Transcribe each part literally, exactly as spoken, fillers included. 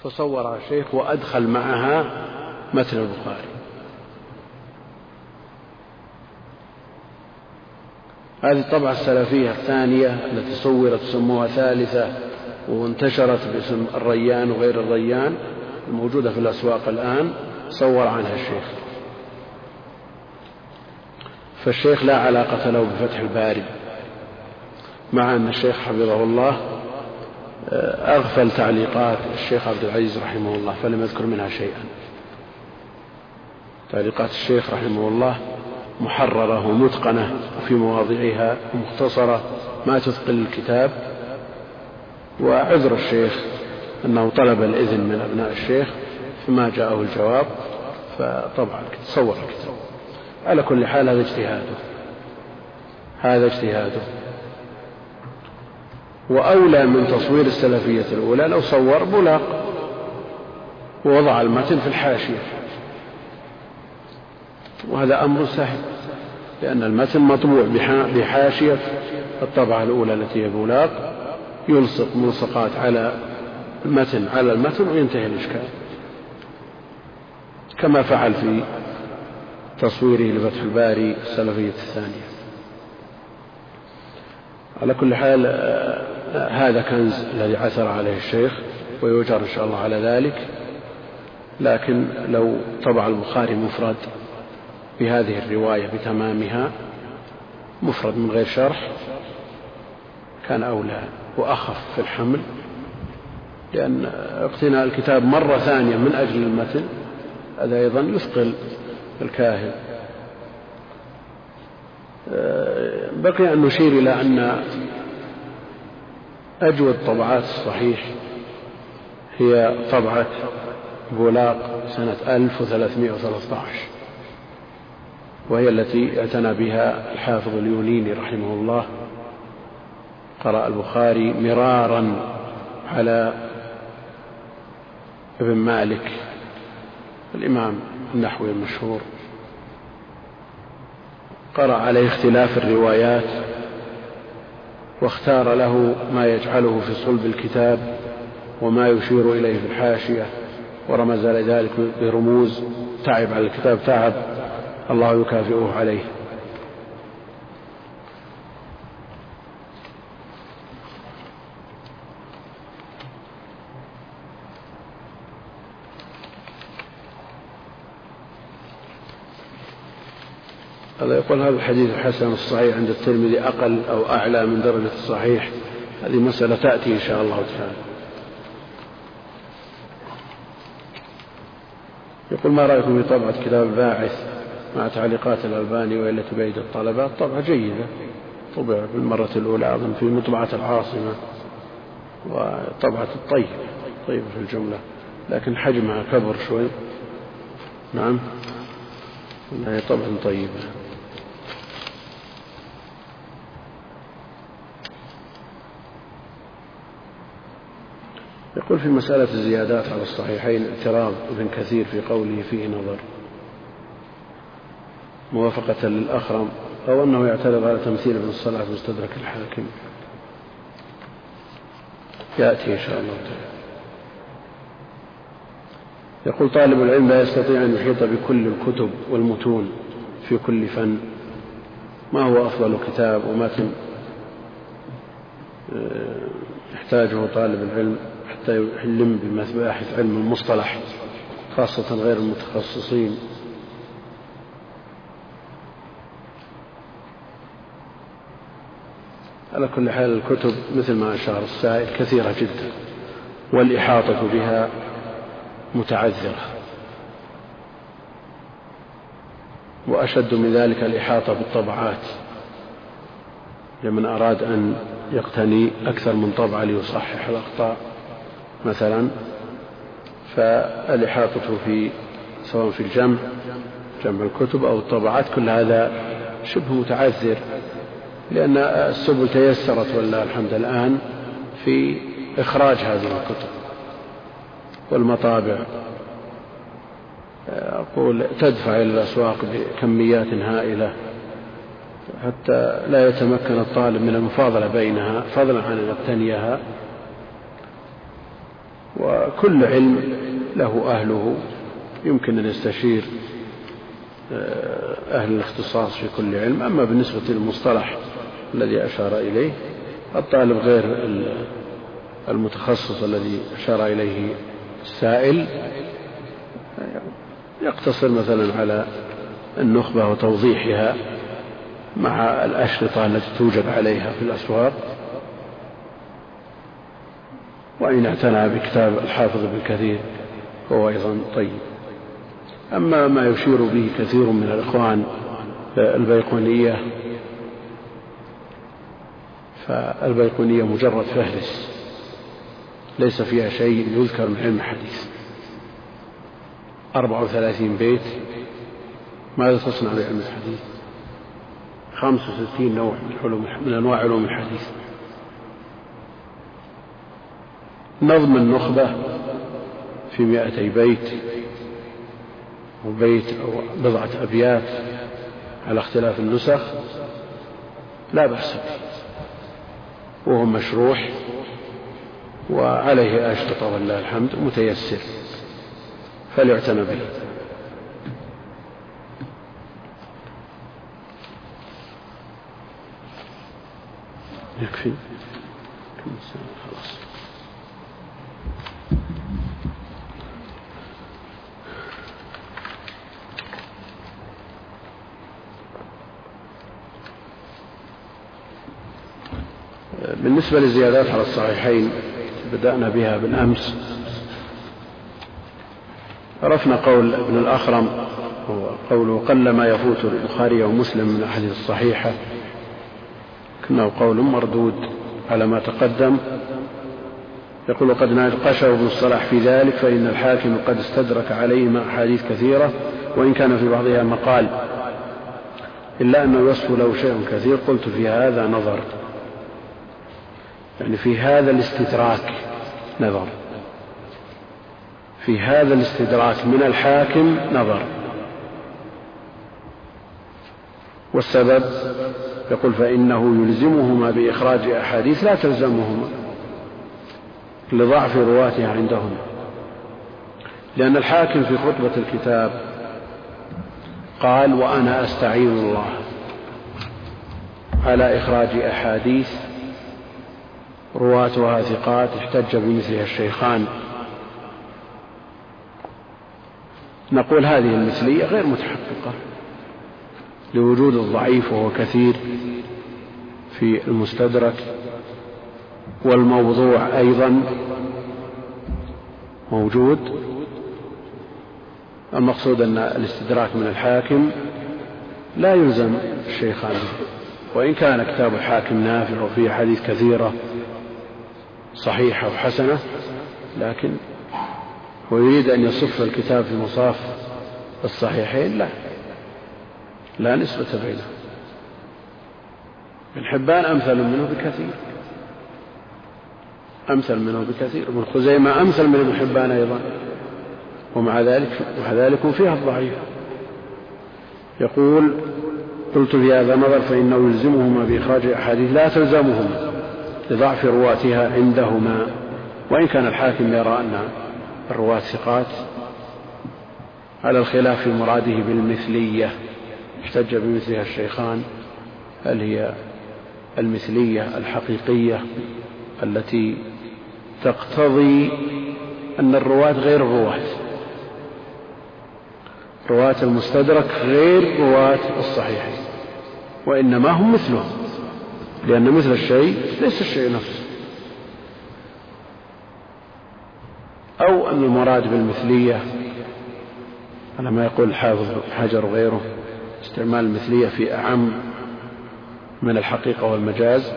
فصورها الشيخ وأدخل معها متن البخاري. هذه الطبعة السلفية الثانية التي صورت سموها ثالثة وانتشرت باسم الريان وغير الريان الموجودة في الأسواق الآن، صور عنها الشيخ. فالشيخ لا علاقة له بفتح الباري، مع أن الشيخ حفظه الله أغفل تعليقات الشيخ عبد العزيز رحمه الله فلم يذكر منها شيئا. تعليقات الشيخ رحمه الله محررة ومتقنة وفي مواضعها ومختصرة ما تثقل الكتاب. وعذر الشيخ أنه طلب الإذن من أبناء الشيخ فما جاءه الجواب، فطبعا تصور الكتاب. على كل حال هذا اجتهاده هذا اجتهاده وأولى من تصوير السلفية الأولى لو صور بلاق ووضع المتن في الحاشية، وهذا أمر سهل لأن المتن مطبوع بحاشية الطبعة الأولى التي هي بولاق، يلصق ملصقات على المتن على المتن وينتهي الإشكال، كما فعل في تصويره لفتح الباري السلفية الثانية. على كل حال هذا كنز الذي عثر عليه الشيخ ويؤجر إن شاء الله على ذلك. لكن لو طبع البخاري مفرد بهذه الرواية بتمامها مفرد من غير شرح كان أولى وأخف في الحمل، لأن اقتناء الكتاب مرة ثانية من أجل المتن هذا أيضا يثقل الكاهل. بقي أن نشير إلى أن أجود طبعات الصحيح هي طبعة بولاق سنة ألف وثلاثمائة وثلاثة عشر، وهي التي اعتنى بها الحافظ اليونيني رحمه الله. قرأ البخاري مرارا على ابن مالك الإمام النحوي المشهور، قرأ عليه اختلاف الروايات واختار له ما يجعله في صلب الكتاب وما يشير إليه في الحاشية، ورمز لذلك برموز. تعب على الكتاب تعب الله يكافئه عليه. هذا يقول هذا الحديث الحسن الصحيح عند الترمذي أقل أو أعلى من درجة الصحيح. هذه مسألة تأتي إن شاء الله تعالى. يقول ما رأيكم في طبعة كتاب الباعث مع تعليقات الألباني والتي بيد الطلبة؟ طبعة جيدة، طبع في المرة الأولى أظن في مطبعة العاصمة، وطبعة الطيب طيبة في الجملة، لكن حجمها كبر شوي. نعم هي طبعا طيبة. يقول في مسألة الزيادات على الصحيحين اعتراض ابن كثير في قوله فيه نظر، موافقة للأخرم، أو أنه يعترض على تمثيل ابن الصلاح في مستدرك الحاكم. يأتي إن شاء الله تعالى. يقول طالب العلم لا يستطيع أن يحيط بكل الكتب والمتون في كل فن، ما هو أفضل كتاب ومتن يحتاجه طالب العلم حتى يلم بمباحث علم المصطلح خاصة غير المتخصصين؟ على كل حال الكتب مثل ما أشار السائل كثيرة جدا، والإحاطة بها متعذرة، وأشد من ذلك الإحاطة بالطبعات لمن أراد أن يقتني أكثر من طبعة ليصحح الأخطاء مثلا. فالإحاطة في سواء في الجمع جمع الكتب أو الطبعات كل هذا شبه متعذر، لأن السبل تيسرت والله الحمد الآن في إخراج هذه الكتب، والمطابع أقول تدفع إلى الأسواق بكميات هائلة حتى لا يتمكن الطالب من المفاضلة بينها فضلا عن أن يقتنيها. وكل علم له أهله، يمكن أن يستشير أهل الاختصاص في كل علم. أما بالنسبة للمصطلح الذي أشار إليه، الطالب غير المتخصص الذي أشار إليه السائل يقتصر مثلا على النخبة وتوضيحها مع الأشرطة التي توجد عليها في الأسواق. وإن اعتنى بكتاب الحافظ ابن كثير هو أيضا طيب. أما ما يشير به كثير من الإخوان البيقونية، فالبيقونية مجرد فهرس ليس فيها شيء يذكر من علم الحديث. أربع وثلاثين بيت، ماذا تصنع بعلم الحديث؟ خمس وستين نوع من, علوم من أنواع علوم الحديث. نظم النخبة في مائتي بيت أو بيت أو بضعة أبيات على اختلاف النسخ لا بأس به، وهو مشروح وعليه أشرطة والله الحمد متيسر، فليعتنى به. يكفي خلاص. بالنسبة للزيادات على الصحيحين بدأنا بها بالأمس. عرفنا قول ابن الأخرم قوله قل ما يفوت البخاري ومسلم من الأحاديث الصحيحة، كأنه قول مردود على ما تقدم. يقول قد ناقشه ابن الصلاح في ذلك، فإن الحاكم قد استدرك عليهما أحاديث كثيرة وإن كان في بعضها مقال، إلا أنه يصف له شيء كثير. قلت في هذا نظر، يعني في هذا الاستدراك نظر، في هذا الاستدراك من الحاكم نظر. والسبب يقول فإنه يلزمهما بإخراج أحاديث لا تلزمهما لضعف رواتها عندهم، لأن الحاكم في خطبة الكتاب قال وأنا أستعين الله على إخراج أحاديث رواتها ثقات احتج بمثلها الشيخان. نقول هذه المثلية غير متحققة لوجود الضعيف وهو كثير في المستدرك، والموضوع أيضا موجود. المقصود أن الاستدراك من الحاكم لا يلزم الشيخان، وإن كان كتاب الحاكم نافع وفيه حديث كثيرة صحيحة وحسنة، لكن ويريد أن يصف الكتاب في مصاف الصحيحين لا لا نسبة بينه. ابن حبان أمثل منه بكثير، أمثل منه بكثير. ابن خزيمة أمثل من ابن حبان أيضا، ومع ذلك مع ذلك فيها الضعيف. يقول قلت في هذا نظر، فإنه يلزمهما بإخراج أحاديث لا تلزمهما لضعف رواتها عندهما، وإن كان الحاكم يرى أن الرواة ثقات، على الخلاف في مراده بالمثلية. احتج بمثلها الشيخان، هل هي المثلية الحقيقية التي تقتضي أن الرواة غير الرواة، رواة المستدرك غير رواة الصحيحين، وإنما هم مثلهم، لأن مثل الشيء ليس الشيء نفسه. أو أن المراد بالمثلية على ما يقول الحافظ حجر وغيره استعمال المثلية في أعم من الحقيقة والمجاز،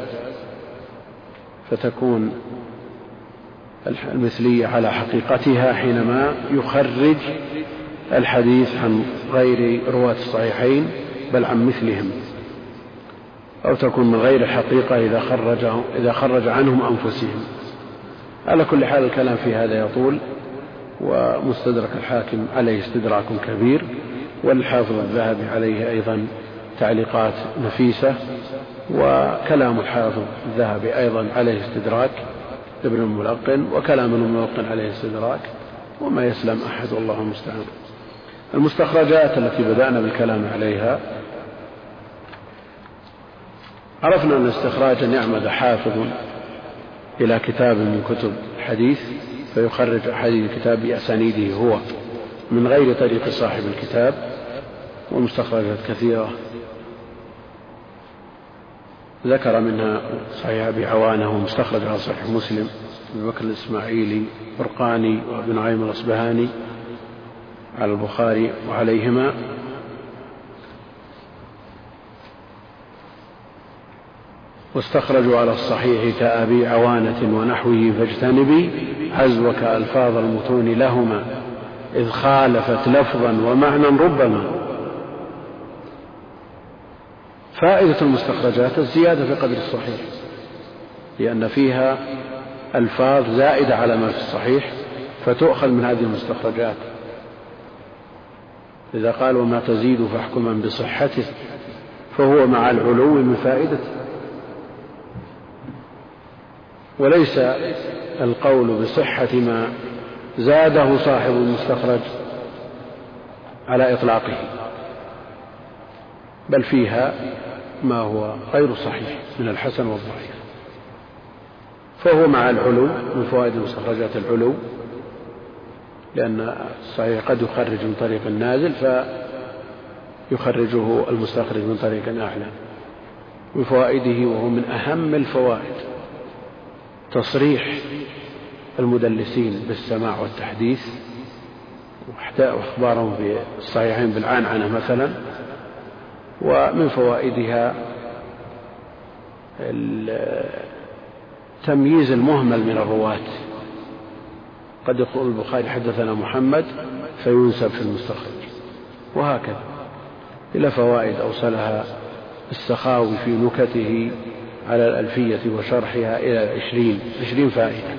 فتكون المثلية على حقيقتها حينما يخرج الحديث عن غير رواة الصحيحين بل عن مثلهم، أو تكون من غير الحقيقة إذا خرج, إذا خرج عنهم أنفسهم. على كل حال الكلام في هذا يطول، ومستدرك الحاكم عليه استدراك كبير، والحافظ الذهبي عليه أيضا تعليقات نفيسة، وكلام الحافظ الذهبي أيضا عليه استدراك ابن الملقن وكلام ابن الملقن عليه استدراك، وما يسلم أحد والله المستعان. المستخرجات التي بدأنا بالكلام عليها، عرفنا أن استخراجا يعمد حافظ إلى كتاب من كتب الحديث فيخرج أحاديث الكتاب بأسانيده هو من غير طريق صاحب الكتاب، ومستخرجات كثيرة ذكر منها صحيح أبي عوانة ومستخرج على صحيح مسلم، أبي بكر الإسماعيلي برقاني وابن نعيم الأصبهاني على البخاري وعليهما. واستخرجوا على الصحيح كأبي عوانة ونحوه فاجتنبي عزوك ألفاظ المتون لهما إذ خالفت لفظا ومعنى ربما. فائدة المستخرجات الزيادة في قدر الصحيح، لأن فيها ألفاظ زائدة على ما في الصحيح فتؤخذ من هذه المستخرجات. إذا قال وما تزيد فاحكما بصحته فهو مع العلو من فائدته، وليس القول بصحة ما زاده صاحب المستخرج على إطلاقه، بل فيها ما هو غير صحيح من الحسن والضعيف، فهو مع العلو من فوائد المستخرجات العلو، لأن الصحيح قد يخرج من طريق النازل فيخرجه المستخرج من طريق أعلى. وفوائده وهو من أهم الفوائد تصريح المدلسين بالسماع والتحديث وإخبارهم في الصحيحين بالعنعنة مثلا. ومن فوائدها تمييز المهمل من الرواة، قد يقول البخاري حدثنا محمد فينسب في المستخرج، وهكذا إلى فوائد أوصلها السخاوي في نكته على الألفية وشرحها إلى عشرين عشرين فائدة،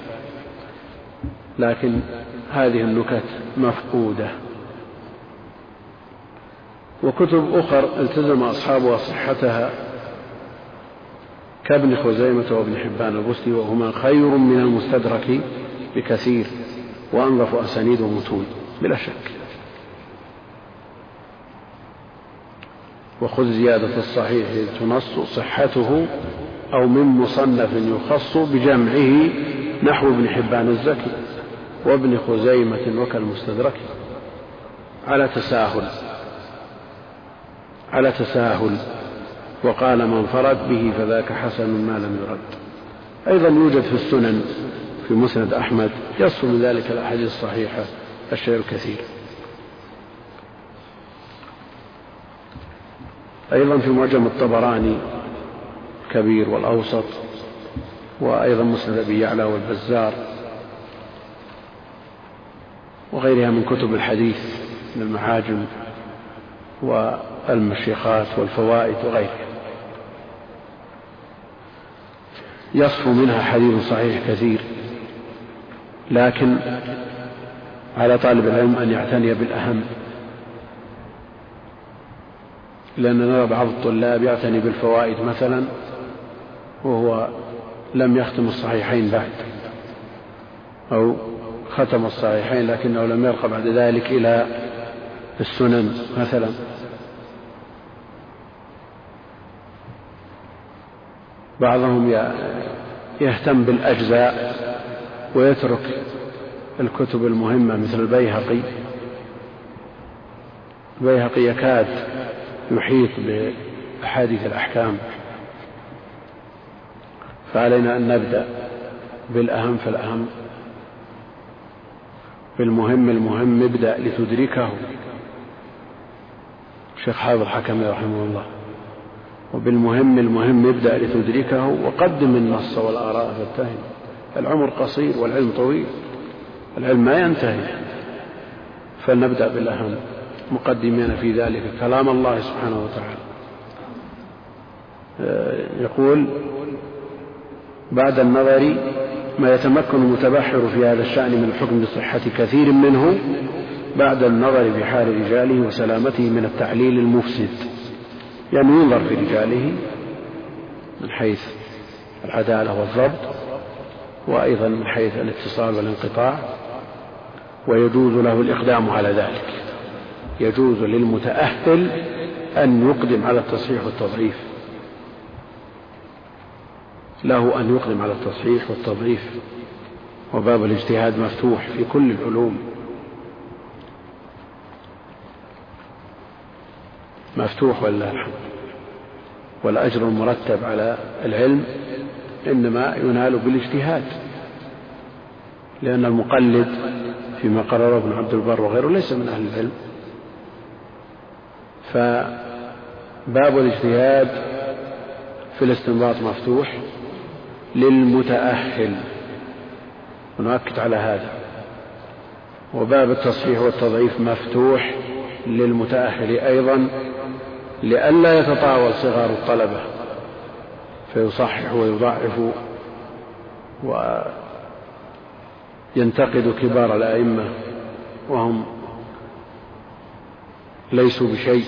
لكن هذه النكت مفقودة. وكتب أخر التزم أصحابها صحتها كابن خزيمة وابن حبان البستي، وهما خير من المستدرك بكثير وأنظف أسانيد ومتون بلا شك. وخذ زيادة الصحيح تنص صحته أو من مصنف يخص بجمعه نحو ابن حبان الزكي وابن خزيمة وكالمستدرك على تساهل على تساهل وقال من فرد به فذاك حسن ما لم يرد. أيضا يوجد في السنن في مسند أحمد يصف من ذلك الأحاديث الصحيحة الشيء الكثير. أيضا في معجم الطبراني الكبير والأوسط، وأيضا مسند أبي يعلى والبزار وغيرها من كتب الحديث من المعاجم والمشيخات والفوائد وغيرها، يصفو منها حديث صحيح كثير. لكن على طالب العلم أن يعتني بالأهم، لأن نرى بعض الطلاب يعتني بالفوائد مثلا وهو لم يختم الصحيحين بعد، أو ختم الصحيحين لكنه لم يرقى بعد ذلك إلى السنن مثلا. بعضهم يهتم بالأجزاء ويترك الكتب المهمة مثل البيهقي. البيهقي يكاد يحيط بأحاديث الأحكام، فعلينا أن نبدأ بالأهم فالأهم، بالمهم المهم ابدأ لتدركه، الشيخ حافظ الحكمي رحمه الله. وبالمهم المهم ابدأ لتدركه وقدم النص والآراء فاتهم. العمر قصير والعلم طويل، العلم ما ينتهي، فلنبدأ بالأهم مقدمين في ذلك كلام الله سبحانه وتعالى. يقول بعد النظر ما يتمكن المتبحر في هذا الشأن من الحكم بصحة كثير منه بعد النظر بحال رجاله وسلامته من التعليل المفسد، يعني ينظر في رجاله من حيث العدالة والضبط وأيضا من حيث الاتصال والانقطاع، ويجوز له الإقدام على ذلك. يجوز للمتأهل أن يقدم على التصحيح والتضعيف، له أن يقدم على التصحيح والتضعيف، وباب الاجتهاد مفتوح في كل العلوم، مفتوح ولله الحمد. والأجر المرتب على العلم إنما ينال بالاجتهاد، لأن المقلد فيما قرره ابن عبد البر وغيره ليس من أهل العلم. فباب الاجتهاد في الاستنباط مفتوح للمتأهل، ونؤكد على هذا. وباب التصحيح والتضعيف مفتوح للمتأهل أيضا، لئلا يتطاول صغار الطلبة فيصحح ويضعف وينتقد كبار الأئمة وهم ليسوا بشيء.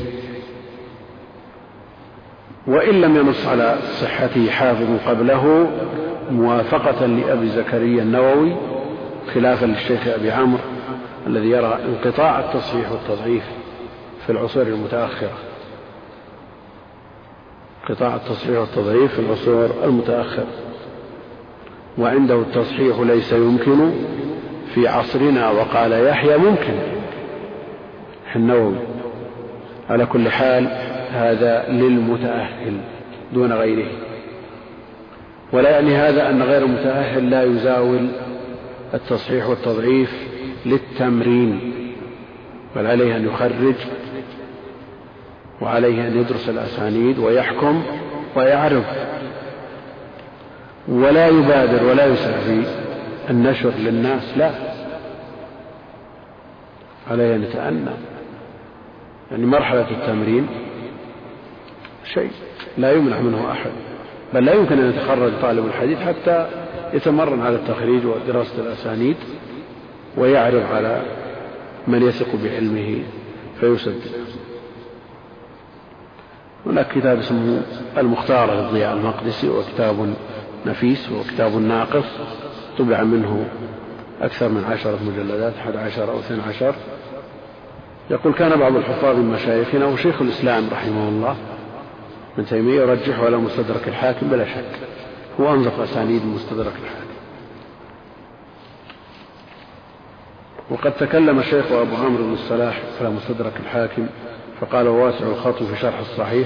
وإن لم ينص على صحته حافظ قبله موافقة لأبي زكريا النووي، خلافا للشيخ أبي عمرو الذي يرى انقطاع التصحيح والتضعيف في العصور المتأخرة، انقطاع التصحيح والتضعيف في العصور المتأخرة، وعنده التصحيح ليس يمكن في عصرنا، وقال يحيى ممكن النووي. على كل حال هذا للمتأهل دون غيره، ولا يعني هذا أن غير المتأهل لا يزاول التصحيح والتضعيف للتمرين، بل عليه أن يخرج، وعليه أن يدرس الأسانيد ويحكم ويعرف، ولا يبادر ولا يسعى في النشر للناس، لا، عليه أن يتأنى. يعني مرحلة التمرين شيء لا يمنع منه أحد، بل لا يمكن أن يتخرج طالب الحديث حتى يتمرن على التخريج ودراسة الأسانيد ويعرض على من يثق بعلمه فيسدد. هناك كتاب اسمه المختار للضياء المقدسي، وكتاب نفيس وكتاب ناقص، طبع منه أكثر من عشرة مجلدات، أحد عشر أو اثنين عشر. يقول كان بعض الحفاظ من مشايخنا وشيخ الإسلام رحمه الله ابن تيمية يرجحه على مستدرك الحاكم بلا شك، هو أنظف أسانيد مستدرك الحاكم. وقد تكلم الشيخ أبو عمرو بن الصلاح على مستدرك الحاكم فقال واسع الخط في شرح الصحيح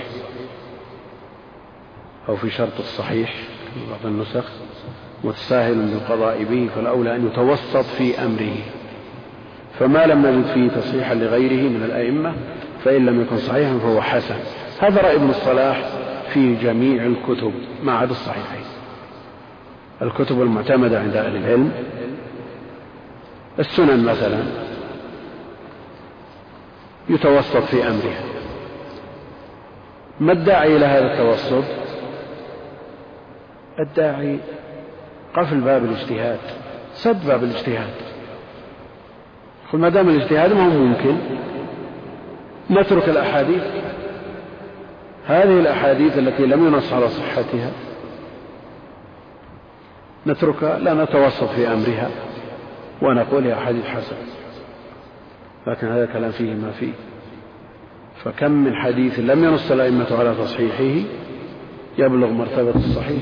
أو في شرط الصحيح في بعض النسخ، متساهل بالقضاء به، فالأولى أن يتوسط في أمره، فما لم نجد فيه تصحيحا لغيره من الأئمة فإن لم يكن صحيحا فهو حسن. هذا رأي ابن الصلاح في جميع الكتب ما عدا الصحيحين. الكتب المعتمدة عند أهل العلم، السنن مثلا، يتوسط في أمرها. ما الداعي إلى هذا التوسط؟ الداعي قفل باب الاجتهاد، سد باب الاجتهاد. ما دام الاجتهاد ما هو ممكن، نترك الأحاديث، هذه الأحاديث التي لم ينص على صحتها نتركها، لا نتوسط في أمرها ونقول هي أحاديث حسنة، لكن هذا كلام فيه ما فيه. فكم من حديث لم ينص الأئمة على تصحيحه يبلغ مرتبة الصحيح،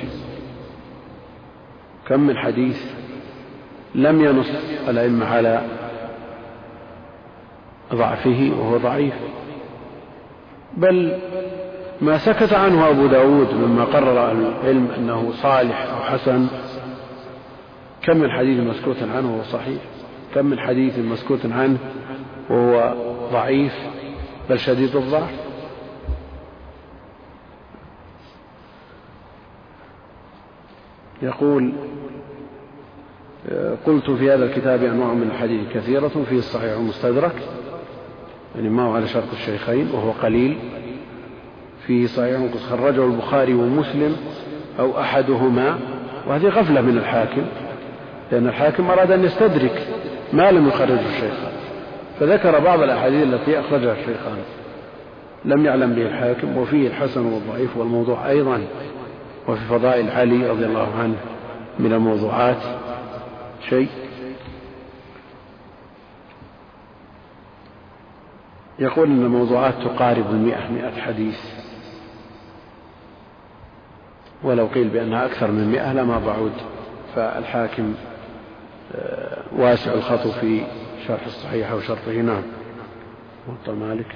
كم من حديث لم ينص الأئمة على ضعفه وهو ضعيف، بل ما سكت عنه أبو داود مما قرر أهل العلم أنه صالح أو حسن، كم من حديث مسكوت عنه وهو صحيح، كم من حديث مسكوت عنه وهو ضعيف بل شديد الضعف. يقول قلت في هذا الكتاب أنواع من الحديث كثيرة، فيه الصحيح والمستدرك، يعني ما هو على شرط الشيخين وهو قليل، فيه صحيح قد خرجه البخاري ومسلم أو أحدهما، وهذه غفلة من الحاكم، لأن الحاكم أراد أن يستدرك ما لم يخرجه الشيخان، فذكر بعض الأحاديث التي أخرجها الشيخان لم يعلم به الحاكم، وفيه الحسن والضعيف والموضوع أيضا، وفي فضائل علي رضي الله عنه من الموضوعات شيء؟ يقول أن الموضوعات تقارب المئة مئة حديث، ولو قيل بأنها أكثر من مئة لما بعود، فالحاكم واسع الخط في شرح الصحيح وشرطه. نعم. موطأ مالك.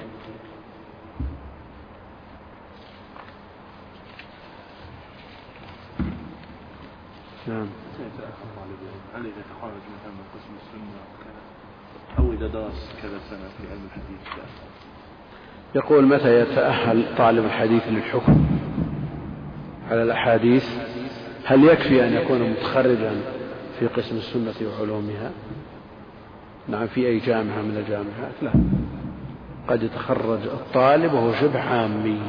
نعم. هل إذا تخرج مثلا من قسم السنة أو إذا درس كذا سنة في علم الحديث؟ يقول متى يتأهل طالب الحديث للحكم على الأحاديث؟ هل يكفي أن يكون متخرجا في قسم السنة وعلومها؟ نعم، في أي جامعة من الجامعات؟ لا، قد يتخرج الطالب وهو شبه عامي.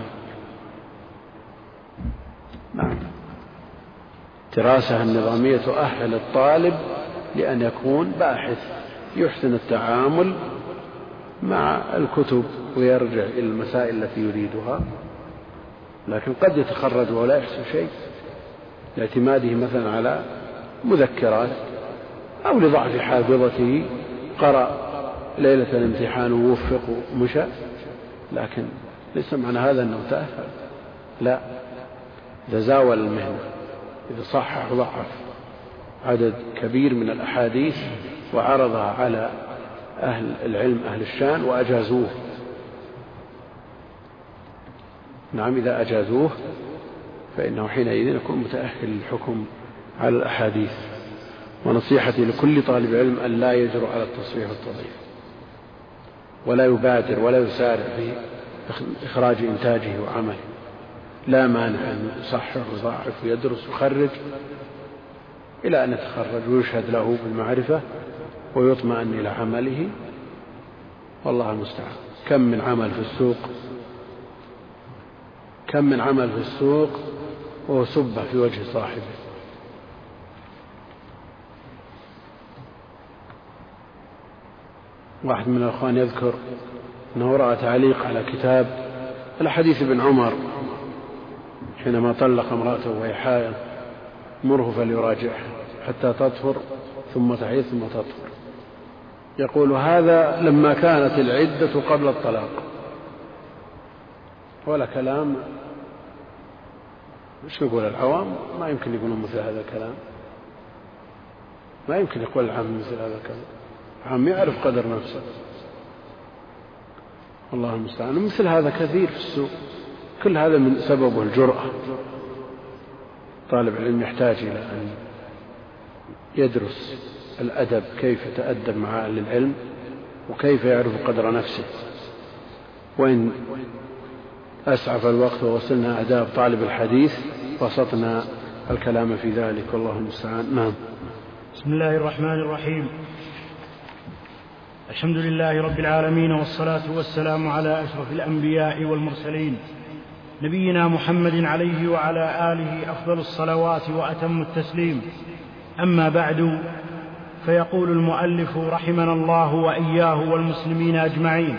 نعم، الدراسة النظامية تؤهل الطالب لأن يكون باحث يحسن التعامل مع الكتب ويرجع إلى المسائل التي يريدها، لكن قد يتخرج ولا يحسن شيء لاعتماده مثلا على مذكرات، أو لضعف حافظته قرأ ليلة الامتحان ووفق ومشى، لكن ليس معنى هذا أنه تأهل. لا، إذا زاول المهنة، إذا صحح وضعف عدد كبير من الأحاديث وعرضها على أهل العلم أهل الشان وأجازوه، نعم إذا أجازوه فإنه حينئذ يكون متأهل للحكم على الأحاديث. ونصيحتي لكل طالب علم أن لا يجرؤ على التصحيح والتضعيف، ولا يبادر ولا يسارع في إخراج إنتاجه وعمله. لا مانع أن يصحح ويضعف ويدرس ويخرج إلى أن يتخرج ويشهد له بالمعرفة ويطمئن إلى عمله، والله المستعان. كم من عمل في السوق كم من عمل في السوق وهو سبه في وجه صاحبه. واحد من الأخوان يذكر أنه رأى تعليق على كتاب الحديث ابن عمر حينما طلق امرأته وهي حائض: مره فليراجعها حتى تطهر ثم تحيض ثم تطهر. يقول هذا لما كانت العدة قبل الطلاق. ولا كلام، مش نقول العوام ما يمكن يقولون مثل هذا الكلام، ما يمكن يقول العام مثل هذا الكلام. عام يعرف قدر نفسه، والله المستعان. مثل هذا كثير في السوق، كل هذا من سببه الجرأة. طالب العلم يحتاج إلى أن يدرس الأدب، كيف يتأدب مع أهل العلم وكيف يعرف قدر نفسه. وإن أسعف الوقت ووصلنا آداب طالب الحديث بسطنا الكلام في ذلك، والله المستعان. نعم. بسم الله الرحمن الرحيم. الحمد لله رب العالمين، والصلاة والسلام على أشرف الأنبياء والمرسلين، نبينا محمد عليه وعلى آله أفضل الصلوات وأتم التسليم. أما بعد، فيقول المؤلف رحمنا الله وإياه والمسلمين أجمعين: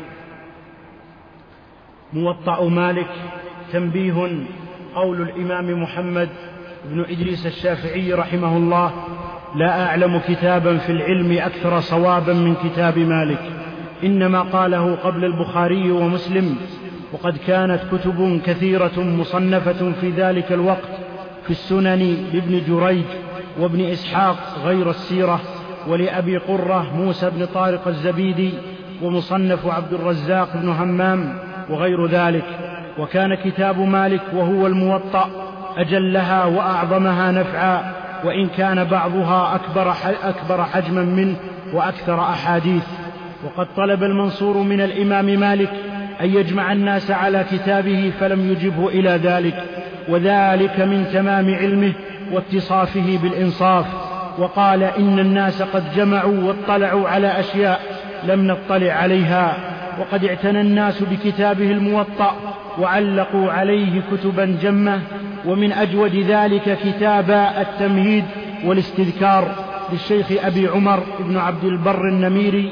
موطأ مالك. تنبيه: قول الإمام محمد بن إدريس الشافعي رحمه الله: لا أعلم كتابا في العلم أكثر صوابا من كتاب مالك، إنما قاله قبل البخاري ومسلم، وقد كانت كتب كثيرة مصنفة في ذلك الوقت في السنن لابن جريج وابن إسحاق غير السيرة، ولأبي قرة موسى بن طارق الزبيدي، ومصنف عبد الرزاق بن همام وغير ذلك. وكان كتاب مالك وهو الموطأ أجلها وأعظمها نفعا، وإن كان بعضها أكبر, أكبر حجما منه وأكثر أحاديث. وقد طلب المنصور من الإمام مالك أن يجمع الناس على كتابه فلم يجبه إلى ذلك، وذلك من تمام علمه واتصافه بالإنصاف. وقال: إن الناس قد جمعوا واطلعوا على أشياء لم نطلع عليها، وقد اعتنى الناس بكتابه الموطأ وعلقوا عليه كتبا جمة. ومن أجود ذلك كتاب التمهيد والاستذكار للشيخ أبي عمر بن عبد البر النميري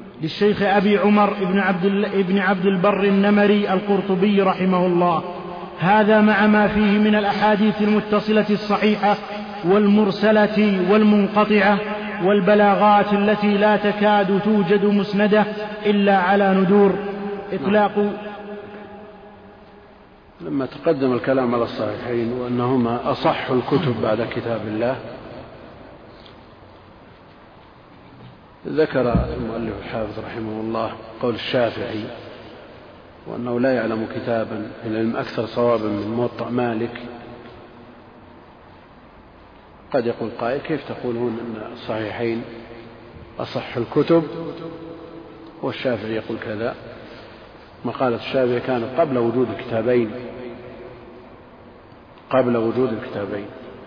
للشيخ أبي عمر بن عبد, بن عبد البر النمري القرطبي رحمه الله، هذا مع ما فيه من الأحاديث المتصلة الصحيحة والمرسلة والمنقطعة والبلاغات التي لا تكاد توجد مسندة إلا على ندور. إطلاق لما تقدم الكلام على الصحيحين وأنهما أصح الكتب بعد كتاب الله، ذكر المؤلف الحافظ رحمه الله قول الشافعي وأنه لا يعلم كتابا في العلم أكثر صوابا من موطأ مالك. قد يقول قائل: كيف تقولون أن الصحيحين أصح الكتب والشافعي يقول كذا؟ مقالة الشافعي كانت قبل وجود الكتابين قبل وجود الكتابين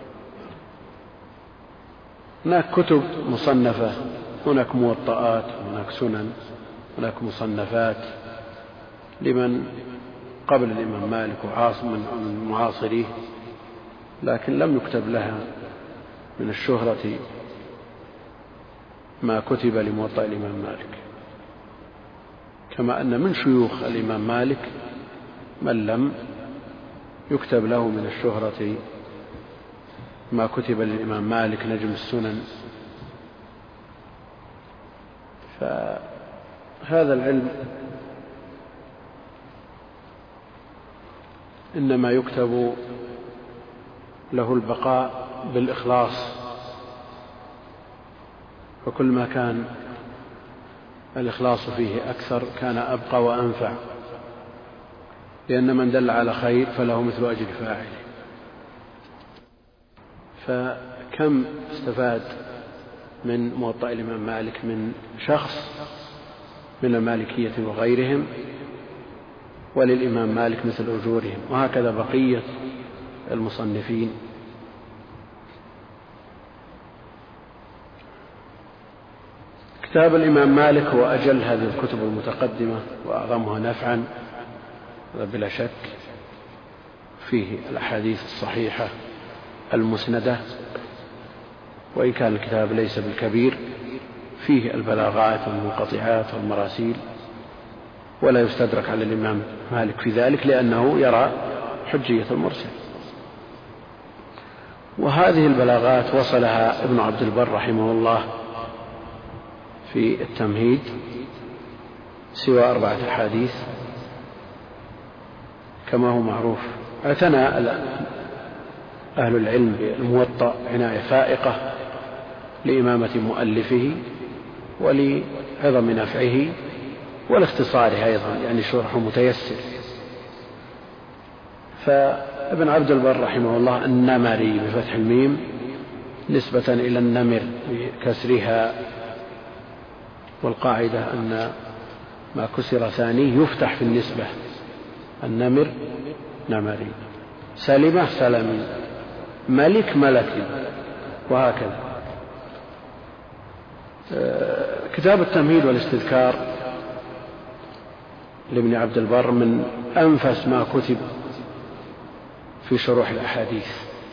هناك كتب مصنفة، هناك موطئات، هناك سنن، هناك مصنفات لمن قبل الإمام مالك وعاصم من معاصريه، لكن لم يكتب لها من الشهرة ما كتب لموطأ الإمام مالك، كما أن من شيوخ الإمام مالك من لم يكتب له من الشهرة ما كتب للإمام مالك نجم السنن. فهذا العلم إنما يكتب له البقاء بالإخلاص، فكل ما كان الإخلاص فيه أكثر كان أبقى وأنفع، لأن من دل على خير فله مثل أجر فاعله. فكم استفاد من موطأ الإمام مالك من شخص من المالكية وغيرهم، وللإمام مالك مثل أجورهم، وهكذا بقية المصنفين. كتاب الإمام مالك هو أجل هذه الكتب المتقدمة وأعظمها نفعا بلا شك، فيه الأحاديث الصحيحة المسندة، وإن كان الكتاب ليس بالكبير، فيه البلاغات والمنقطعات والمراسيل، ولا يستدرك على الإمام مالك في ذلك لأنه يرى حجية المرسل. وهذه البلاغات وصلها ابن عبد البر رحمه الله في التمهيد سوى أربعة أحاديث كما هو معروف. اعتنى أهل العلم بالموطأ عناية فائقة لإمامة مؤلفه ولعظم نفعه ولاختصاره أيضا، يعني شرح متيسر. فابن عبد البر رحمه الله النمري بفتح الميم نسبة إلى النمر بكسرها، والقاعدة أن ما كسر ثانيه يفتح في النسبة، النمر نمري، سلمة سلمي، ملك ملكي، وهكذا. كتاب التمهيد والاستذكار لابن عبد البر من أنفس ما كتب في شروح الأحاديث،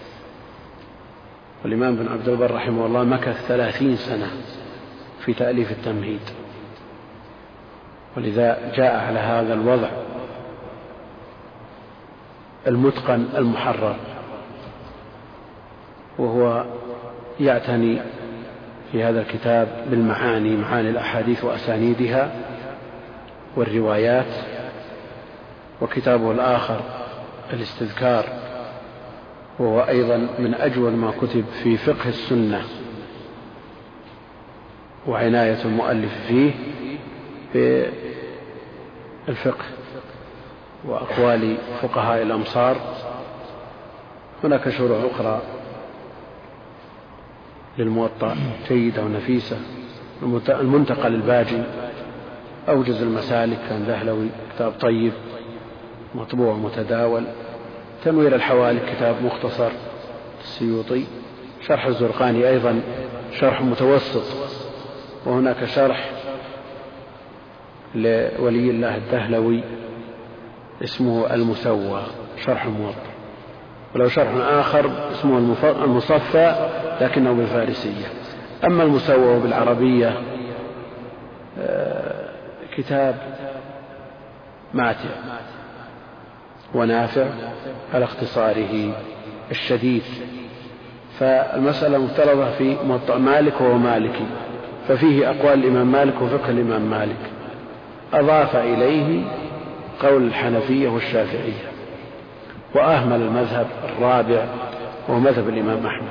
والإمام ابن عبد البر رحمه الله مكث ثلاثين سنة في تأليف التمهيد، ولذا جاء على هذا الوضع المتقن المحرر، وهو يعتني في هذا الكتاب بالمعاني، معاني الأحاديث وأسانيدها والروايات. وكتابه الآخر الاستذكار، وهو أيضا من أجود ما كتب في فقه السنة، وعناية المؤلف فيه بالفقه وأقوال فقهاء الأمصار. هناك شروح أخرى للموطأ جيدة ونفيسة، المنتقى للباجي، أوجز المسالك كان ذهلوي كتاب طيب مطبوع متداول، تنوير الحوالي كتاب مختصر السيوطي، شرح الزرقاني أيضا شرح متوسط، وهناك شرح لولي الله الدهلوي اسمه المسوى شرح الموطأ، ولو شرح آخر اسمه المصفى لكنه بالفارسية. أما المسوى بالعربية كتاب ماتع ونافع على اختصاره الشديد. فالمسألة مفترضة في موطأ مالك وهو مالكي، ففيه أقوال الإمام مالك وفقه الإمام مالك، أضاف إليه قول الحنفية والشافعية، وأهمل المذهب الرابع وهو مذهب الإمام أحمد.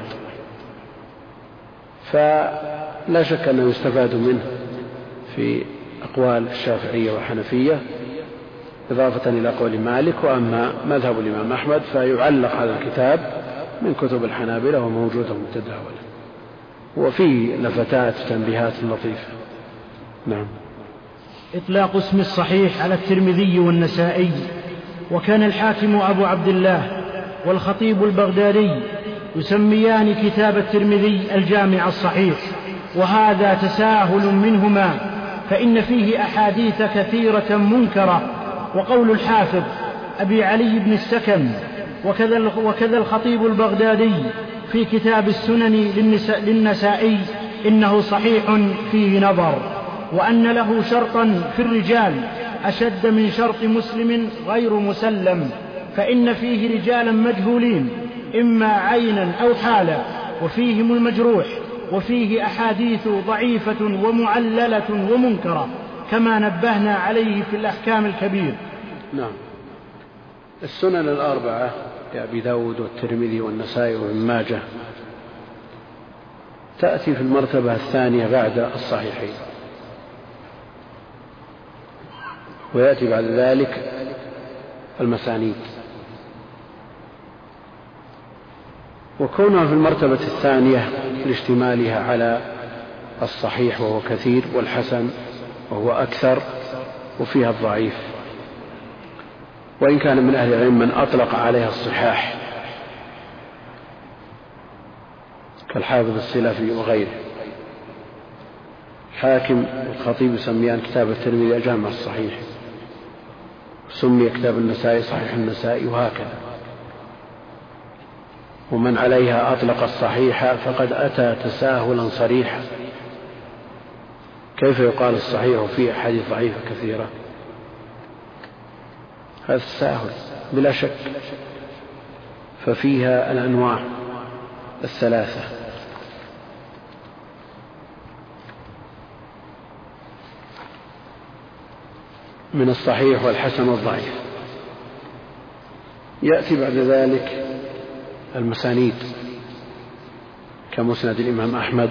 فلا شك أنه يستفاد منه في أقوال الشافعية والحنفية إضافة إلى قول مالك. وأما مذهب الإمام أحمد فيعلق على الكتاب من كتب الحنابلة وموجودة متداولة، وفيه لفتات تنبيهات لطيفة. نعم. إطلاق اسم الصحيح على الترمذي والنسائي. وكان الحاكم أبو عبد الله والخطيب البغدادي يسميان كتاب الترمذي الجامع الصحيح، وهذا تساهل منهما، فإن فيه أحاديث كثيرة منكرة. وقول الحافظ أبي علي بن السكن وكذا, وكذا الخطيب البغدادي في كتاب السنن للنسائي إنه صحيح فيه نظر، وأن له شرطا في الرجال أشد من شرط مسلم غير مسلم، فإن فيه رجالا مجهولين إما عينا أو حالا، وفيهم المجروح، وفيه أحاديث ضعيفة ومعللة ومنكرة، كما نبهنا عليه في الأحكام الكبير. نعم. السنن الأربعة لأبي داود والترمذي والنسائي وابن ماجه تأتي في المرتبة الثانية بعد الصحيحين، ويأتي بعد ذلك المسانيد. وكونها في المرتبة الثانية لاشتمالها على الصحيح وهو كثير، والحسن وهو أكثر، وفيها الضعيف، وإن كان من أهل العلم من أطلق عليها الصحاح كالحافظ السلفي وغيره. حاكم والخطيب يسميان كتاب الترمذي الجامع الصحيح، سمي كتاب النسائي صحيح النسائي، وهكذا. ومن عليها أطلق الصحيح فقد أتى تساهلا صريحا. كيف يقال الصحيح وفيه أحاديث ضعيفة كثيرة؟ هذا التساهل بلا شك. ففيها الأنواع الثلاثة: من الصحيح والحسن والضعيف. يأتي بعد ذلك المسانيد كمسند الإمام أحمد،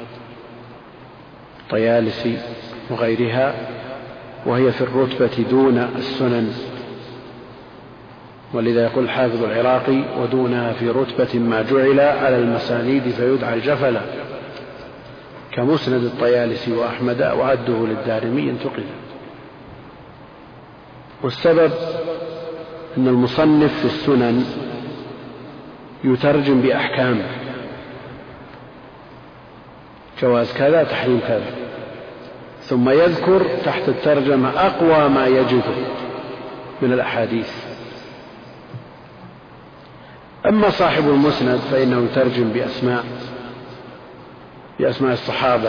طيالسي وغيرها، وهي في الرتبة دون السنن، ولذا يقول الحافظ العراقي: ودونها في رتبة ما جعل على المسانيد فيدعى الجفلا، كمسند الطيالسي وأحمد، وعده للدارمي انتقل. والسبب أن المصنف في السنن يترجم بأحكام، جواز كذا، تحريم كذا، ثم يذكر تحت الترجمة أقوى ما يجده من الأحاديث. أما صاحب المسند فإنه يترجم بأسماء بأسماء الصحابة،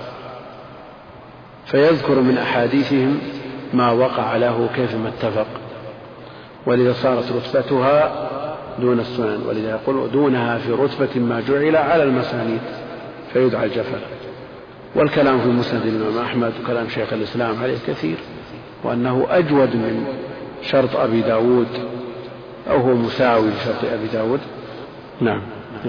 فيذكر من أحاديثهم ما وقع له كيفما اتفق، ولذا صارت رتبتها دون السنن، ولذا يقول: دونها في رتبة ما جعل على المسانيد فيدعى الجفل. والكلام في مسند الإمام أحمد وكلام شيخ الإسلام عليه كثير، وأنه أجود من شرط أبي داود، أو هو مساوي لشرط أبي داود. نعم.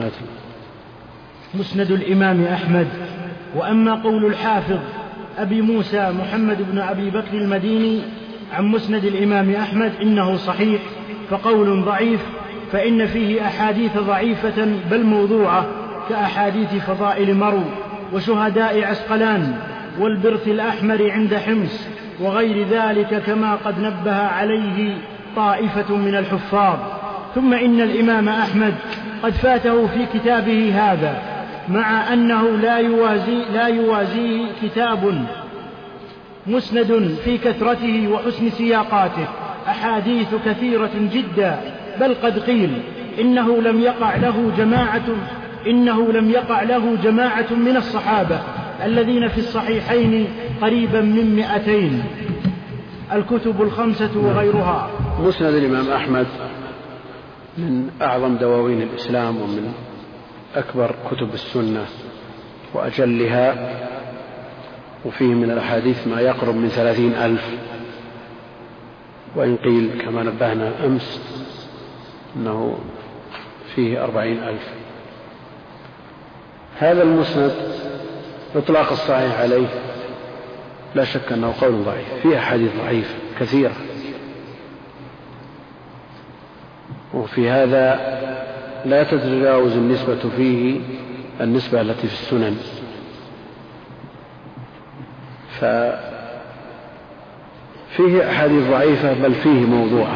مسند الإمام أحمد. وأما قول الحافظ أبي موسى محمد بن أبي بكر المديني عن مسند الإمام أحمد إنه صحيح فقول ضعيف، فإن فيه أحاديث ضعيفة بل موضوعة، كأحاديث فضائل مرو وشهداء عسقلان والبرث الأحمر عند حمص وغير ذلك، كما قد نبه عليه طائفة من الحفاظ. ثم إن الإمام أحمد قد فاته في كتابه هذا، مع أنه لا يوازي لا يوازيه كتاب مسند في كثرته وحسن سياقاته، أحاديث كثيرة جدا، بل قد قيل إنه لم يقع له جماعة إنه لم يقع له جماعة من الصحابة الذين في الصحيحين قريبا من مئتين، الكتب الخمسة وغيرها. مسند الإمام أحمد من أعظم دواوين الإسلام ومن أكبر كتب السنة وأجلها، وفيه من الأحاديث ما يقرب من ثلاثين ألف، وإن قيل كما نبهنا أمس أنه فيه أربعين ألف. هذا المسند إطلاق الصحيح عليه لا شك أنه قول ضعيف، فيه أحاديث ضعيفة كثيرة، وفي هذا لا تتجاوز النسبة فيه النسبة التي في السنن، ففيه أحاديث ضعيفة بل فيه موضوعة.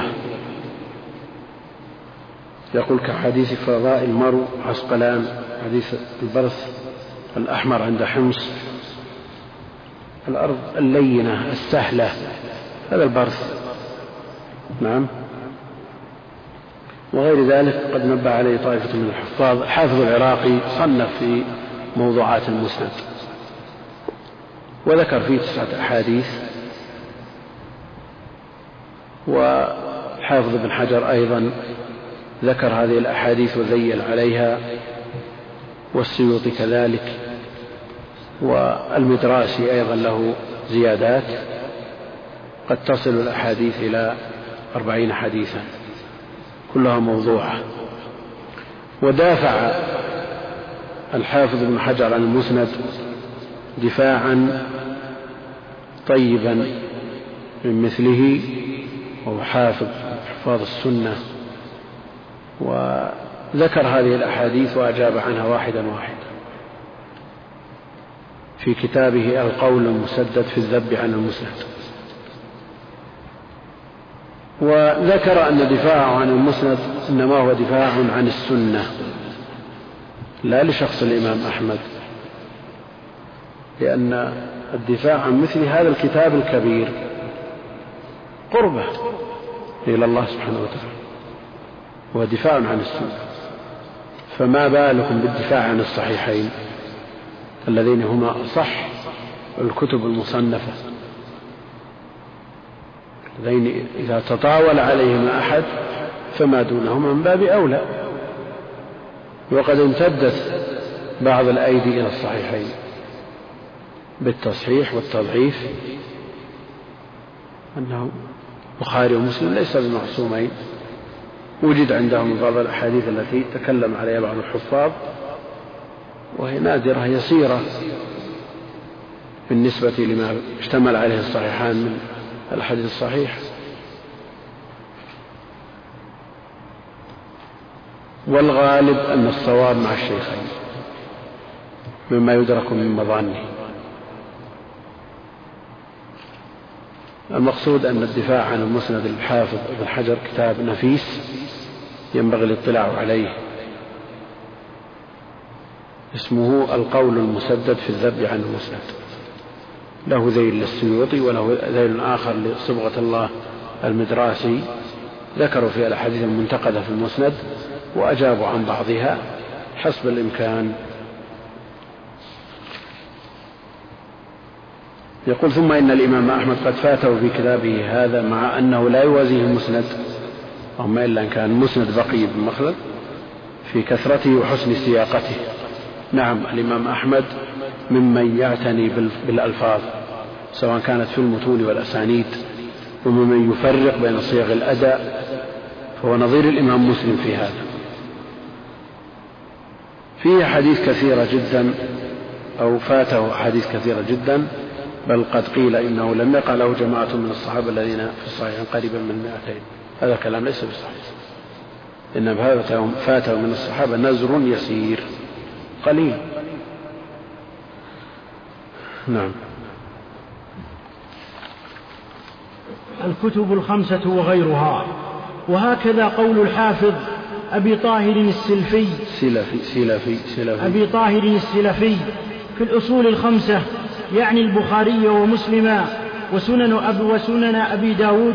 يقول كحديث فضاء المرء عسقلان، حديث البرث الأحمر عند حمص، الأرض اللينة السهلة، هذا البرث. نعم. وغير ذلك قد نبه عليه طائفة من الحفاظ. حافظ العراقي صنف في موضوعات المسند وذكر فيه تسعة أحاديث، وحافظ ابن حجر أيضا ذكر هذه الأحاديث وذيل عليها، والسيوطي كذلك، والمدراسي أيضا له زيادات قد تصل الأحاديث إلى أربعين حديثا كلها موضوعة. ودافع الحافظ ابن حجر عن المسند دفاعا طيبا من مثله، وهو حافظ حفاظ السنة، وذكر هذه الأحاديث وأجاب عنها واحدا واحدا في كتابه القول المسدد في الذب عن المسند. وذكر أن دفاعه عن المسند إنما هو دفاع عن السنة لا لشخص الإمام أحمد، لأن الدفاع عن مثل هذا الكتاب الكبير قربة إلى الله سبحانه وتعالى، هو دفاع عن السنة، فما بالكم بالدفاع عن الصحيحين الذين هما أصح الكتب المصنفة، الذين إذا تطاول عليهما أحد فما دونهما من باب أولى. وقد امتدت بعض الأيدي إلى الصحيحين بالتصحيح والتضعيف، أنه البخاري ومسلم ليس بمعصومين، وجد عندهم بعض الأحاديث التي تكلم عليها بعض الحفاظ وهي نادرة يسيرة بالنسبة لما اشتمل عليه الصحيحان من الحديث الصحيح. والغالب أن الصواب مع الشيخين مما يدرك من مظانه. المقصود أن الدفاع عن المسند الحافظ ابن حجر كتاب نفيس ينبغي الاطلاع عليه، اسمه القول المسدد في الذب عن المسند، له ذيل للسيوطي وله ذيل آخر لصبغة الله المدراسي، ذكروا في الأحاديث المنتقدة في المسند وأجابوا عن بعضها حسب الإمكان. يقول ثم إن الإمام أحمد قد فاته في كتابه هذا مع أنه لا يوازيه المسند، اللهم إلا أن كان المسند بقي بن مخلد في كثرته وحسن سياقته. نعم، الإمام أحمد ممن يعتني بالألفاظ سواء كانت في المتون والأسانيد، وممن يفرق بين صيغ الأداء، فهو نظير الإمام مسلم في هذا. فيه حديث كثيرة جدا أو فاته حديث كثيرة جدا، بل قد قيل إنه لم يقع له جماعة من الصحابة الذين في الصحيحين قريبا من مئتين. هذا كلام ليس بصحيح، إنما فاته من الصحابة نزر يسير قليل. نعم. الكتب الخمسة وغيرها. وهكذا قول الحافظ أبي طاهر السلفي سلفي سلفي سلفي أبي طاهر السلفي في الأصول الخمسة، يعني البخاري ومسلم وسنن أبي, وسنن أبي داود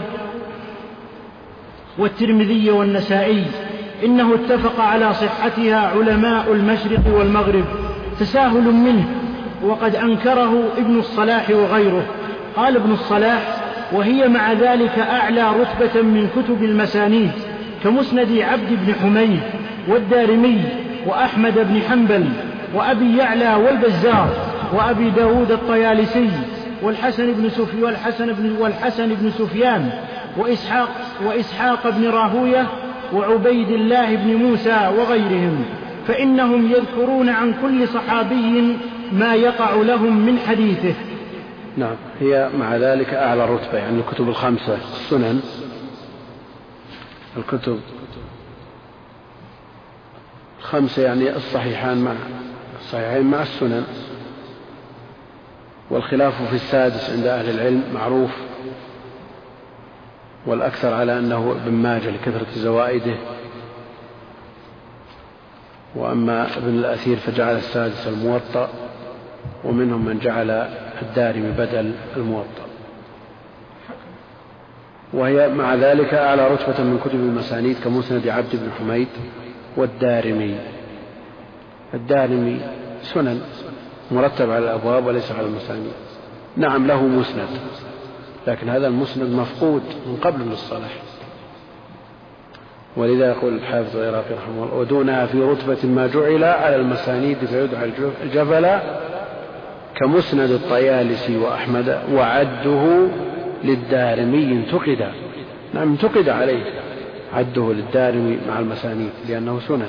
والترمذي والنسائي، إنه اتفق على صحتها علماء المشرق والمغرب تساهل منه، وقد أنكره ابن الصلاح وغيره. قال ابن الصلاح وهي مع ذلك أعلى رتبة من كتب المسانيد كمسند عبد بن حميد والدارمي وأحمد بن حنبل وأبي يعلى والبزار وأبي داود الطيالسي والحسن بن سفيان والحسن بن, والحسن بن سفيان وإسحاق, وإسحاق بن راهوية وعبيد الله بن موسى وغيرهم، فإنهم يذكرون عن كل صحابي ما يقع لهم من حديثه. نعم، هي مع ذلك أعلى رتبة، يعني الكتب الخمسة السنن، الكتب الخمسة يعني الصحيحان مع الصحيحين مع السنن، والخلاف في السادس عند أهل العلم معروف، والأكثر على أنه ابن ماجه لكثرة زوائده، وأما ابن الأثير فجعل السادس الموطأ، ومنهم من جعل الدارمي بدل الموطأ، وهي مع ذلك أعلى رتبة من كتب المسانيد كمسند عبد بن حميد والدارمي. الدارمي سنن مرتب على الأبواب وليس على المسانيد. نعم له مسند، لكن هذا المسند مفقود من قبل الصلاح، ولذا يقول الحافظ العراقي رحمه الله: ودونها في رتبة ما جعل على المسانيد فيدعى الجبل كمسند الطيالسي وأحمد، وعده للدارمي انتقد. نعم انتقد عليه عده للدارمي مع المسانيد لأنه سنن.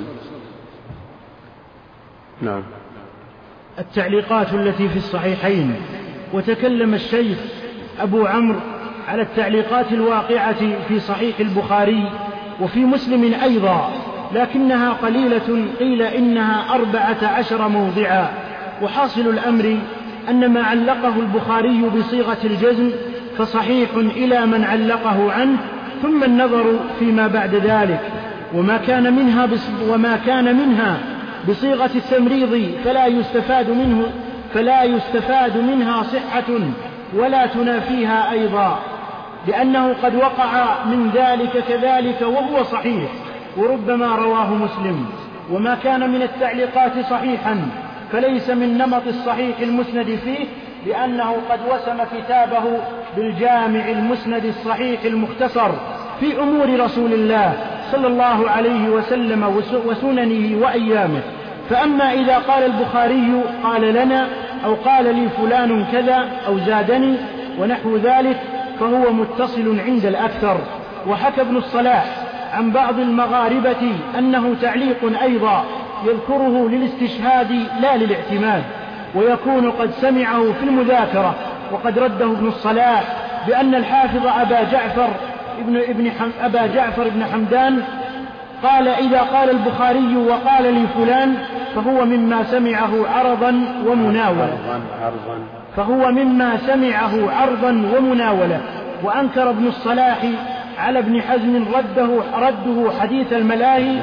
نعم. التعليقات التي في الصحيحين. وتكلم الشيخ أبو عمرو على التعليقات الواقعة في صحيح البخاري وفي مسلم أيضا، لكنها قليلة، قيل إنها أربعة عشر موضعا. وحاصل الأمر أن ما علقه البخاري بصيغة الجزم فصحيح إلى من علقه عنه، ثم النظر فيما بعد ذلك. وما كان منها وما كان منها بصيغة التمريض فلا يستفاد منه فلا يستفاد منها صحة ولا تنافيها أيضا، لأنه قد وقع من ذلك كذلك وهو صحيح، وربما رواه مسلم. وما كان من التعليقات صحيحا فليس من نمط الصحيح المسند فيه، لأنه قد وسم كتابه بالجامع المسند الصحيح المختصر في أمور رسول الله صلى الله عليه وسلم وسننه وأيامه. فأما إذا قال البخاري قال لنا أو قال لي فلان كذا أو زادني ونحو ذلك فهو متصل عند الأكثر. وحكى ابن الصلاح عن بعض المغاربة أنه تعليق أيضا يذكره للاستشهاد لا للاعتماد، ويكون قد سمعه في المذاكرة. وقد رده ابن الصلاح بأن الحافظ أبا جعفر ابن, ابن, حم أبا جعفر ابن حمدان قال: إذا قال البخاري وقال لي فلان فهو مما سمعه عرضا ومناولة فهو مما سمعه عرضا ومناولة. وأنكر ابن الصلاح على ابن حزم رده, رده حديث الملاهي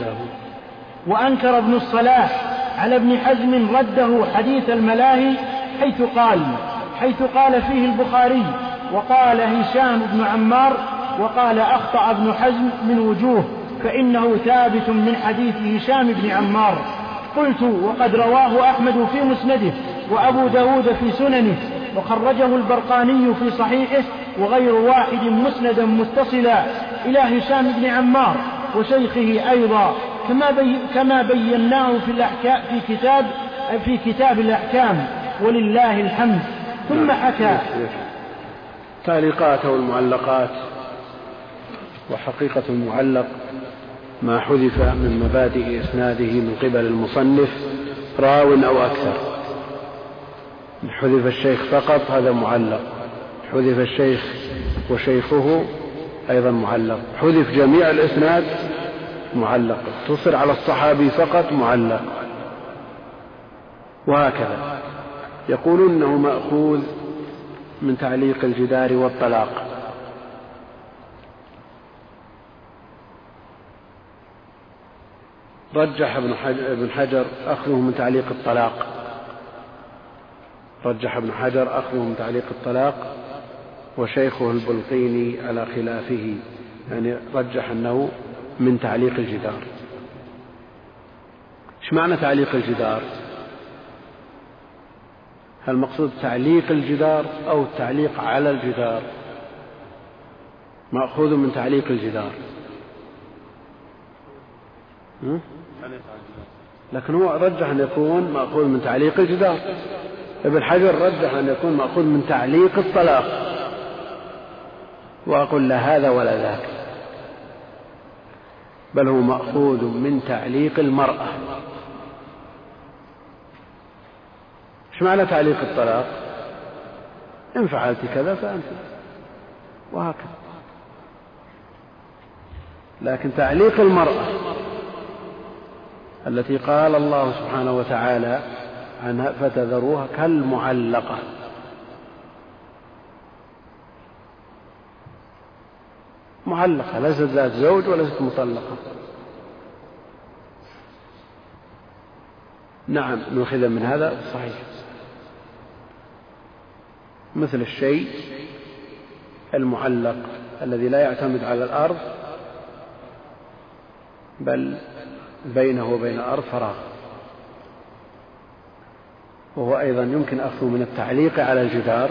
وأنكر ابن الصلاح على ابن حزم رده حديث الملاهي حيث قال حيث قال فيه البخاري: وقال هشام بن عمار، وقال أخطأ ابن حزم من وجوه، فإنه ثابت من حديث هشام بن عمار. قلت: وقد رواه أحمد في مسنده وأبو داود في سننه وخرجه البرقاني في صحيحه وغير واحد مسندا متصلا إلى هشام بن عمار وشيخه أيضا، كما, بي كما بيناه في, الأحكام في, كتاب في كتاب الأحكام، ولله الحمد. ثم حكى تعليقاته والمعلقات. وحقيقة المعلق ما حذف من مبادئ إسناده من قبل المصنف راو أو أكثر. حذف الشيخ فقط هذا معلق، حذف الشيخ وشيخه أيضا معلق، حذف جميع الإسناد معلق، تصر على الصحابي فقط معلق، وهكذا. يقولون أنه مأخوذ من تعليق الجدار والطلاق. رجح ابن حجر أخذه من تعليق الطلاق رجح ابن حجر أخذه من تعليق الطلاق وشيخه البلقيني على خلافه، يعني رجح أنه من تعليق الجدار. ايش معنى تعليق الجدار؟ هل مقصود تعليق الجدار أو التعليق على الجدار؟ مأخوذ من تعليق الجدار، لكن هو رجح أن يكون مأخوذ من تعليق الجدار. ابن حجر رجح أن يكون مأخوذ من تعليق الطلاق، وأقول لا هذا ولا ذاك، بل هو مأخوذ من تعليق المرأة. ايش معنى تعليق الطلاق؟ إن فعلت كذا فأنت، وهكذا. لكن تعليق المرأة التي قال الله سبحانه وتعالى عنها فتذروها كالمعلقة، معلقة ليست ذات زوج وليست مطلقة. نعم نأخذ من هذا صحيح، مثل الشيء المعلق الذي لا يعتمد على الأرض بل بينه وبين الأرض فراغ، وهو أيضا يمكن أخذه من التعليق على الجدار،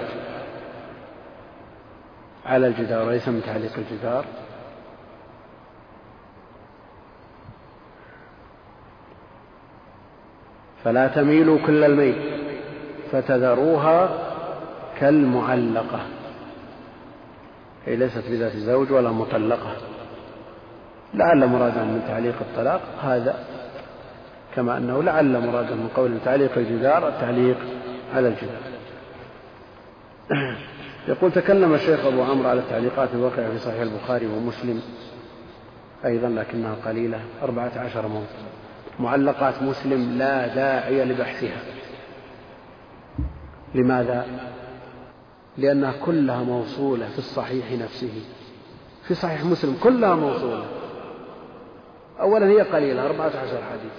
على الجدار وليس من تعليق الجدار. فلا تميلوا كل الميل فتذروها كالمعلقة، هي ليست بذات زوج ولا مطلقة. لعل مرادا من تعليق الطلاق هذا، كما أنه لعل مرادا من قول تعليق الجدار التعليق على الجدار. يقول تكلم الشيخ أبو عمرو على التعليقات الواقعة في صحيح البخاري ومسلم أيضا لكنها قليلة، أربعة عشر موضع. معلقات مسلم لا داعي لبحثها. لماذا؟ لأنها كلها موصولة في الصحيح نفسه، في صحيح مسلم كلها موصولة. أولا هي قليلة أربعة عشر حديث،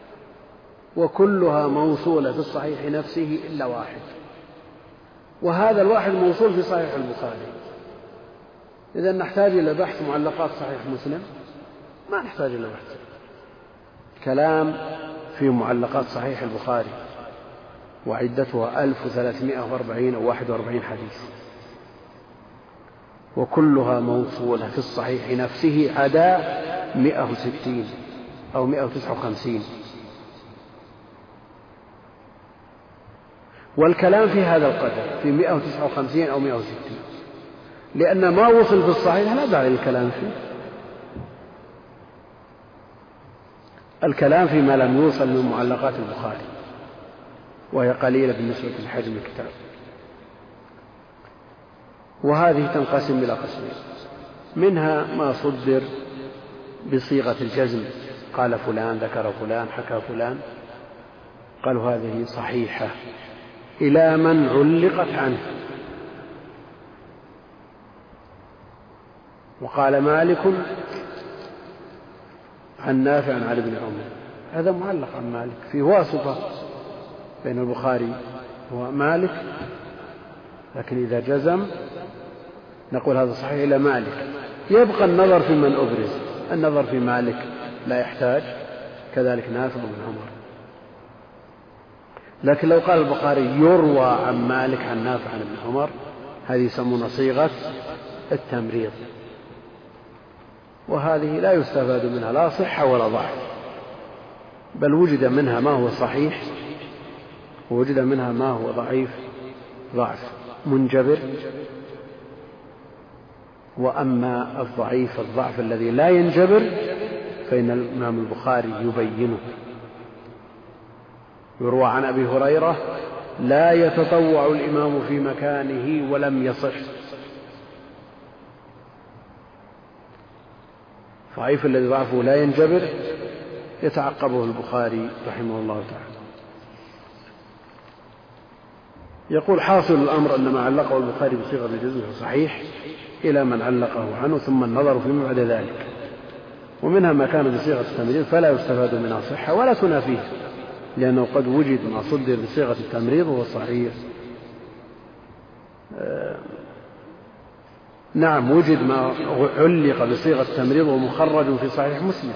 وكلها موصولة في الصحيح نفسه إلا واحد، وهذا الواحد موصول في صحيح البخاري. إذا نحتاج إلى بحث معلقات صحيح مسلم؟ ما نحتاج إلى بحث. كلام في معلقات صحيح البخاري وعدتها ألف وثلاثمائة وأربعين أو واحد وأربعين حديث، وكلها موصولة في الصحيح نفسه عدا مئة وستين أو مئة وتسعة وخمسين. والكلام في هذا القدر في مئة وتسعة وخمسين أو مئة وستين، لأن ما وصل في الصحيح لا داعي للكلام فيه. الكلام فيما لم يوصل من معلقات البخاري، وهي قليلة بالنسبة لحجم الكتاب. وهذه تنقسم إلى قسمين، منها ما صدر بصيغة الجزم، قال فلان ذكر فلان حكى فلان، قالوا هذه صحيحة إلى من علقت عنه. وقال مالك عن نافع عن ابن عمر، هذا معلق عن مالك، في واسطة بين البخاري ومالك، لكن إذا جزم نقول هذا صحيح إلى مالك. يبقى النظر في من أبرز، النظر في مالك لا يحتاج، كذلك نافع بن عمر. لكن لو قال البخاري يروى عن مالك عن نافع عن ابن عمر، هذه يسمون صيغة التمريض، وهذه لا يستفاد منها لا صحة ولا ضعف، بل وجد منها ما هو صحيح ووجد منها ما هو ضعيف ضعف منجبر. وأما الضعيف الضعف الذي لا ينجبر فإن الإمام البخاري يبينه. يروى عن أبي هريرة لا يتطوع الإمام في مكانه ولم يصح. ضعيف الذي ضعفه لا ينجبر يتعقبه البخاري رحمه الله تعالى. يقول حاصل الأمر أن ما علقه البخاري بصيغة الجزم صحيح إلى من علقه عنه، ثم النظر فيما بعد ذلك. ومنها ما كان بصيغة التمريض فلا يستفاد منها صحة ولا تنافيه، لأنه قد وجد ما صدر بصيغة التمريض وهو صحيح. آه نعم وجد ما علق بصيغة التمريض ومخرج في صحيح مسلم.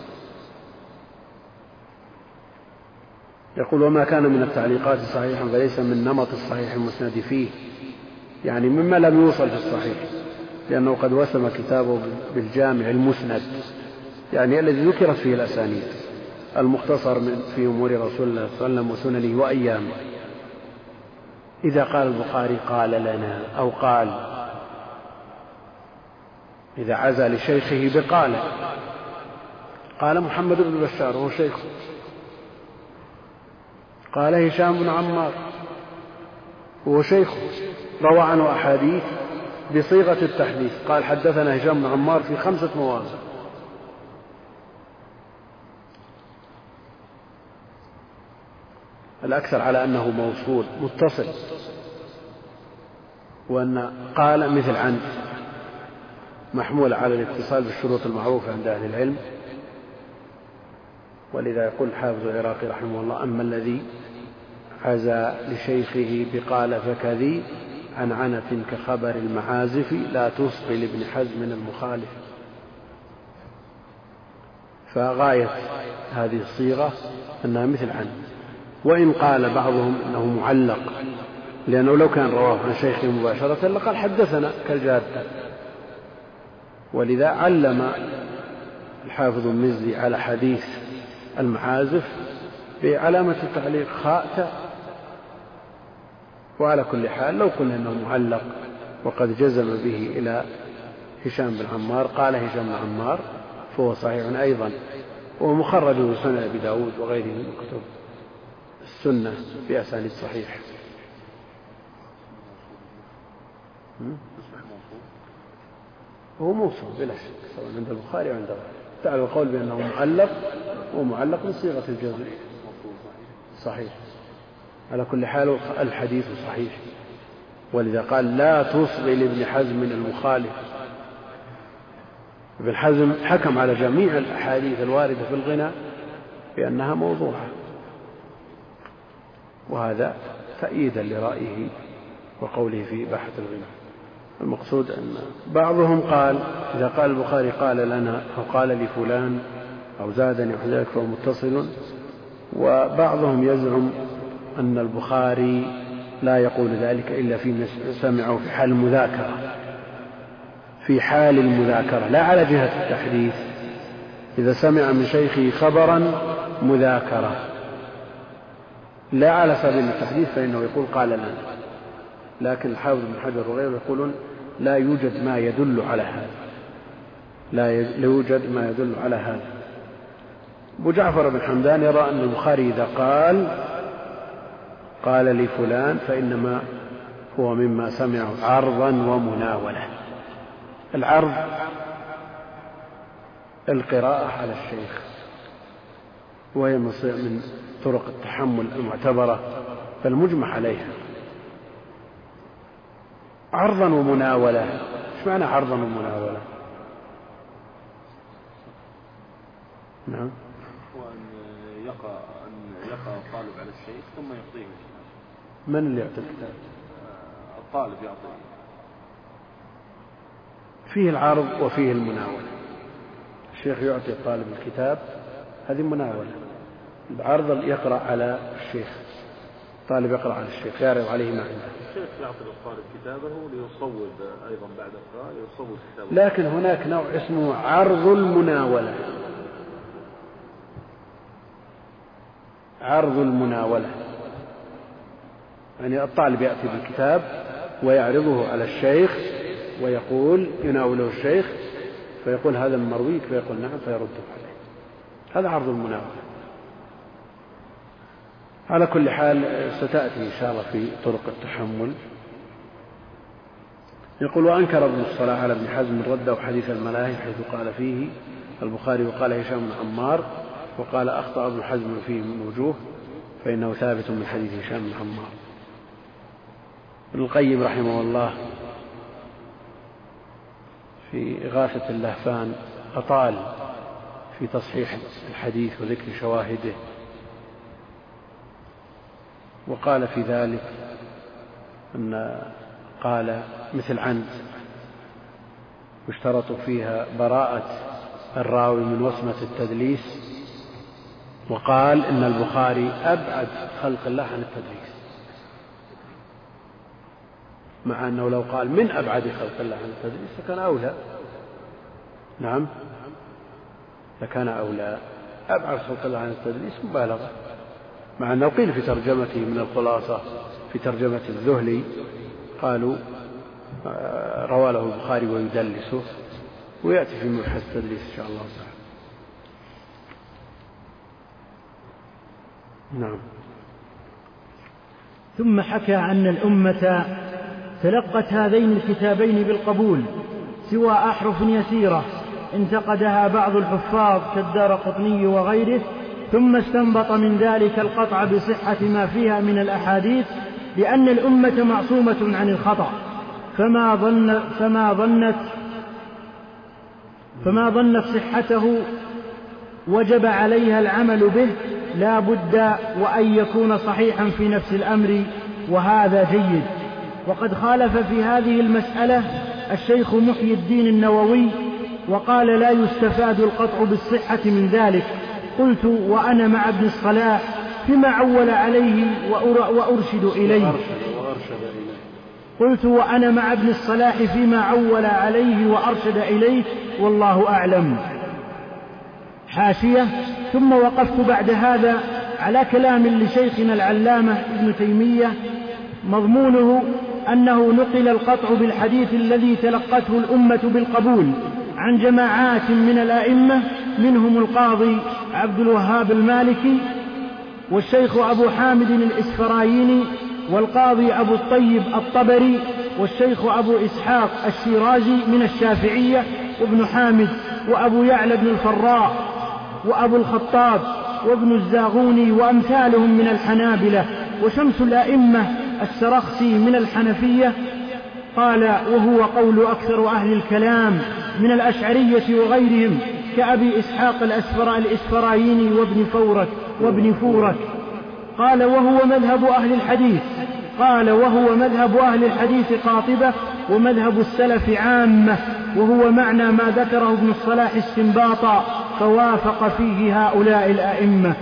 يقول وما كان من التعليقات صحيحا فليس من نمط الصحيح المسند فيه، يعني مما لم يوصل في الصحيح لأنه قد وسم كتابه بالجامع المسند، يعني الذي ذكرت فيه الأسانيد، المختصر من في أمور رسول الله صلى الله عليه وسلم وسننه وأيامه. إذا قال البخاري قال لنا أو قال، إذا عزى لشيخه بقال، قال محمد بن بشار وهو شيخه، قال هشام بن عمار وهو شيخه، روى عنه أحاديث بصيغة التحديث، قال حدثنا هشام بن عمار في خمسة مواضع. الأكثر على أنه موصول متصل، وأن قال مثل عن محمول على الاتصال بالشروط المعروفة عند أهل العلم. ولذا يقول الحافظ العراقي رحمه الله: أما الذي عزى لشيخه بقال فكذي عن عنة كخبر المعازف لا تصغي لابن حزم المخالف. فغاية هذه الصيغة أنها مثل عن، وإن قال بعضهم أنه معلق، لأنه لو كان رواه عن شيخه مباشرة لقال حدثنا كالجادة. ولذا علم الحافظ المزي على حديث المعازف بعلامة التعليق خاء تاء. وعلى كل حال لو قلنا أنه معلق وقد جزم به إلى هشام بن عمار، قال هشام بن عمار، فهو صحيح أيضا، وهو مخرج في سنن أبي داود وغيره من كتب السنة بأسانيد صحيح. هو موصول بلا شك سواء عند البخاري وعند غيره. تعالى القول بأنه معلق ومعلق من صيغة الجزم صحيح. على كل حال الحديث صحيح، ولذا قال لا تصغي لابن حزم المخالف. ابن حزم حكم على جميع الأحاديث الواردة في الغنى بأنها موضوعة، وهذا تأييدا لرأيه وقوله في بحث الغنى. المقصود أن بعضهم قال إذا قال البخاري قال لنا أو قال لفلان أو زادني وذلك فهو متصل، وبعضهم يزعم أن البخاري لا يقول ذلك إلا فيما سمعه في حال المذاكرة، في حال المذاكرة لا على جهة التحديث. إذا سمع من شيخه خبرا مذاكرة لا على سبيل التحديث فإنه يقول قال لنا. لكن الحافظ بن حجر وغيره يقولون لا يوجد ما يدل على هذا، لا يوجد ما يدل على هذا. أبو جعفر بن حمدان يرى أن البخاري إذا قال قال لفلان فإنما هو مما سمعه عرضا ومناولة. العرض القراءة على الشيخ، وهي من طرق التحمل المعتبرة فالمجمع عليها. عرضا ومناولة، ايش معنى عرضا ومناولة؟ نعم، وأن يقع أن يقع الطالب على الشيخ ثم يعطيه. من اللي يعطي الكتاب؟ الطالب يعطيه. فيه العرض وفيه المناولة. الشيخ يعطي الطالب الكتاب، هذه مناولة. العرض يقرأ على الشيخ، الطالب يقرأ على الشيخ يعرض عليه ما عنده. الشيخ يعطي للطالب كتابه ليصوب أيضا بعد القراءة يصوب كتابه. لكن هناك نوع اسمه عرض المناولة. عرض المناولة يعني الطالب يأتي بالكتاب ويعرضه على الشيخ ويقول يناوله الشيخ فيقول هذا من مرويك، فيقول نعم، فيرده عليه. هذا عرض المناولة. على كل حال ستأتي إن شاء الله في طرق التحمل. يقول وأنكر ابن الصلاح على ابن حزم رده حديث الملاهي حيث قال فيه البخاري وقال هشام بن عمار، وقال أخطأ ابن حزم فيه من وجوه فإنه ثابت من حديث هشام بن عمار. ابن القيم رحمه الله في إغاثة اللهفان أطال في تصحيح الحديث وذكر شواهده، وقال في ذلك أن قال مثل عن يشترط فيها براءة الراوي من وسمة التدليس، وقال إن البخاري أبعد خلق الله عن التدليس. مع أنه لو قال من أبعد خلق الله عن التدليس لكان أولى. نعم لكان أولى. أبعد خلق الله عن التدليس مبالغة، مع أنه قيل في ترجمته من الخلاصة في ترجمة الذهلي قالوا روى له البخاري ويدلسه، ويأتي في مبحث التدليس إن شاء الله تعالى. نعم. ثم حكى أن الأمة تلقت هذين الكتابين بالقبول سوى أحرف يسيرة انتقدها بعض الحفاظ كالدارقطني وغيره، ثم استنبط من ذلك القطع بصحة ما فيها من الأحاديث، لأن الأمة معصومة عن الخطأ، فما ظن فما ظنت فما ظنت صحته وجب عليها العمل به، لا بد وأن يكون صحيحا في نفس الأمر، وهذا جيد. وقد خالف في هذه المسألة الشيخ محي الدين النووي وقال لا يستفاد القطع بالصحة من ذلك. قلت وأنا مع ابن الصلاح فيما عول عليه وأرشد إليه قلت وأنا مع ابن الصلاح فيما عول عليه وأرشد إليه والله أعلم. حاشية. ثم وقفت بعد هذا على كلام لشيخنا العلامة ابن تيمية مضمونه أنه نقل القطع بالحديث الذي تلقته الأمة بالقبول عن جماعات من الأئمة، منهم القاضي عبد الوهاب المالكي والشيخ أبو حامد الإسفرايني والقاضي أبو الطيب الطبري والشيخ أبو إسحاق الشيرازي من الشافعية وابن حامد وأبو يعلى بن الفراء وأبو الخطاب وابن الزاغوني وأمثالهم من الحنابلة، وشمس الأئمة السرخسي من الحنفية. قال وهو قول أكثر أهل الكلام من الأشعرية وغيرهم كأبي إسحاق الإسفرايني وابن فورك وابن فورك. قال وهو مذهب أهل الحديث قال وهو مذهب أهل الحديث قاطبة ومذهب السلف عامة، وهو معنى ما ذكره ابن الصلاح استنباطا، فوافق فيه هؤلاء الأئمة.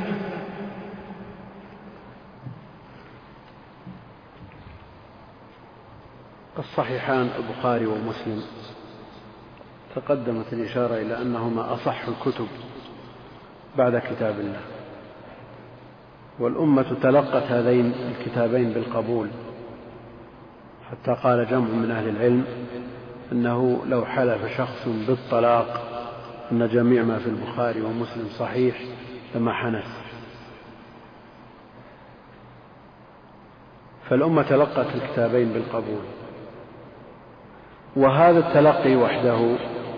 الصحيحان البخاري ومسلم تقدمت الإشارة إلى أنهما أصح الكتب بعد كتاب الله، والأمة تلقت هذين الكتابين بالقبول، حتى قال جمع من أهل العلم أنه لو حلف شخص بالطلاق أن جميع ما في البخاري ومسلم صحيح لما حنث. فالأمة تلقت الكتابين بالقبول، وهذا التلقي وحده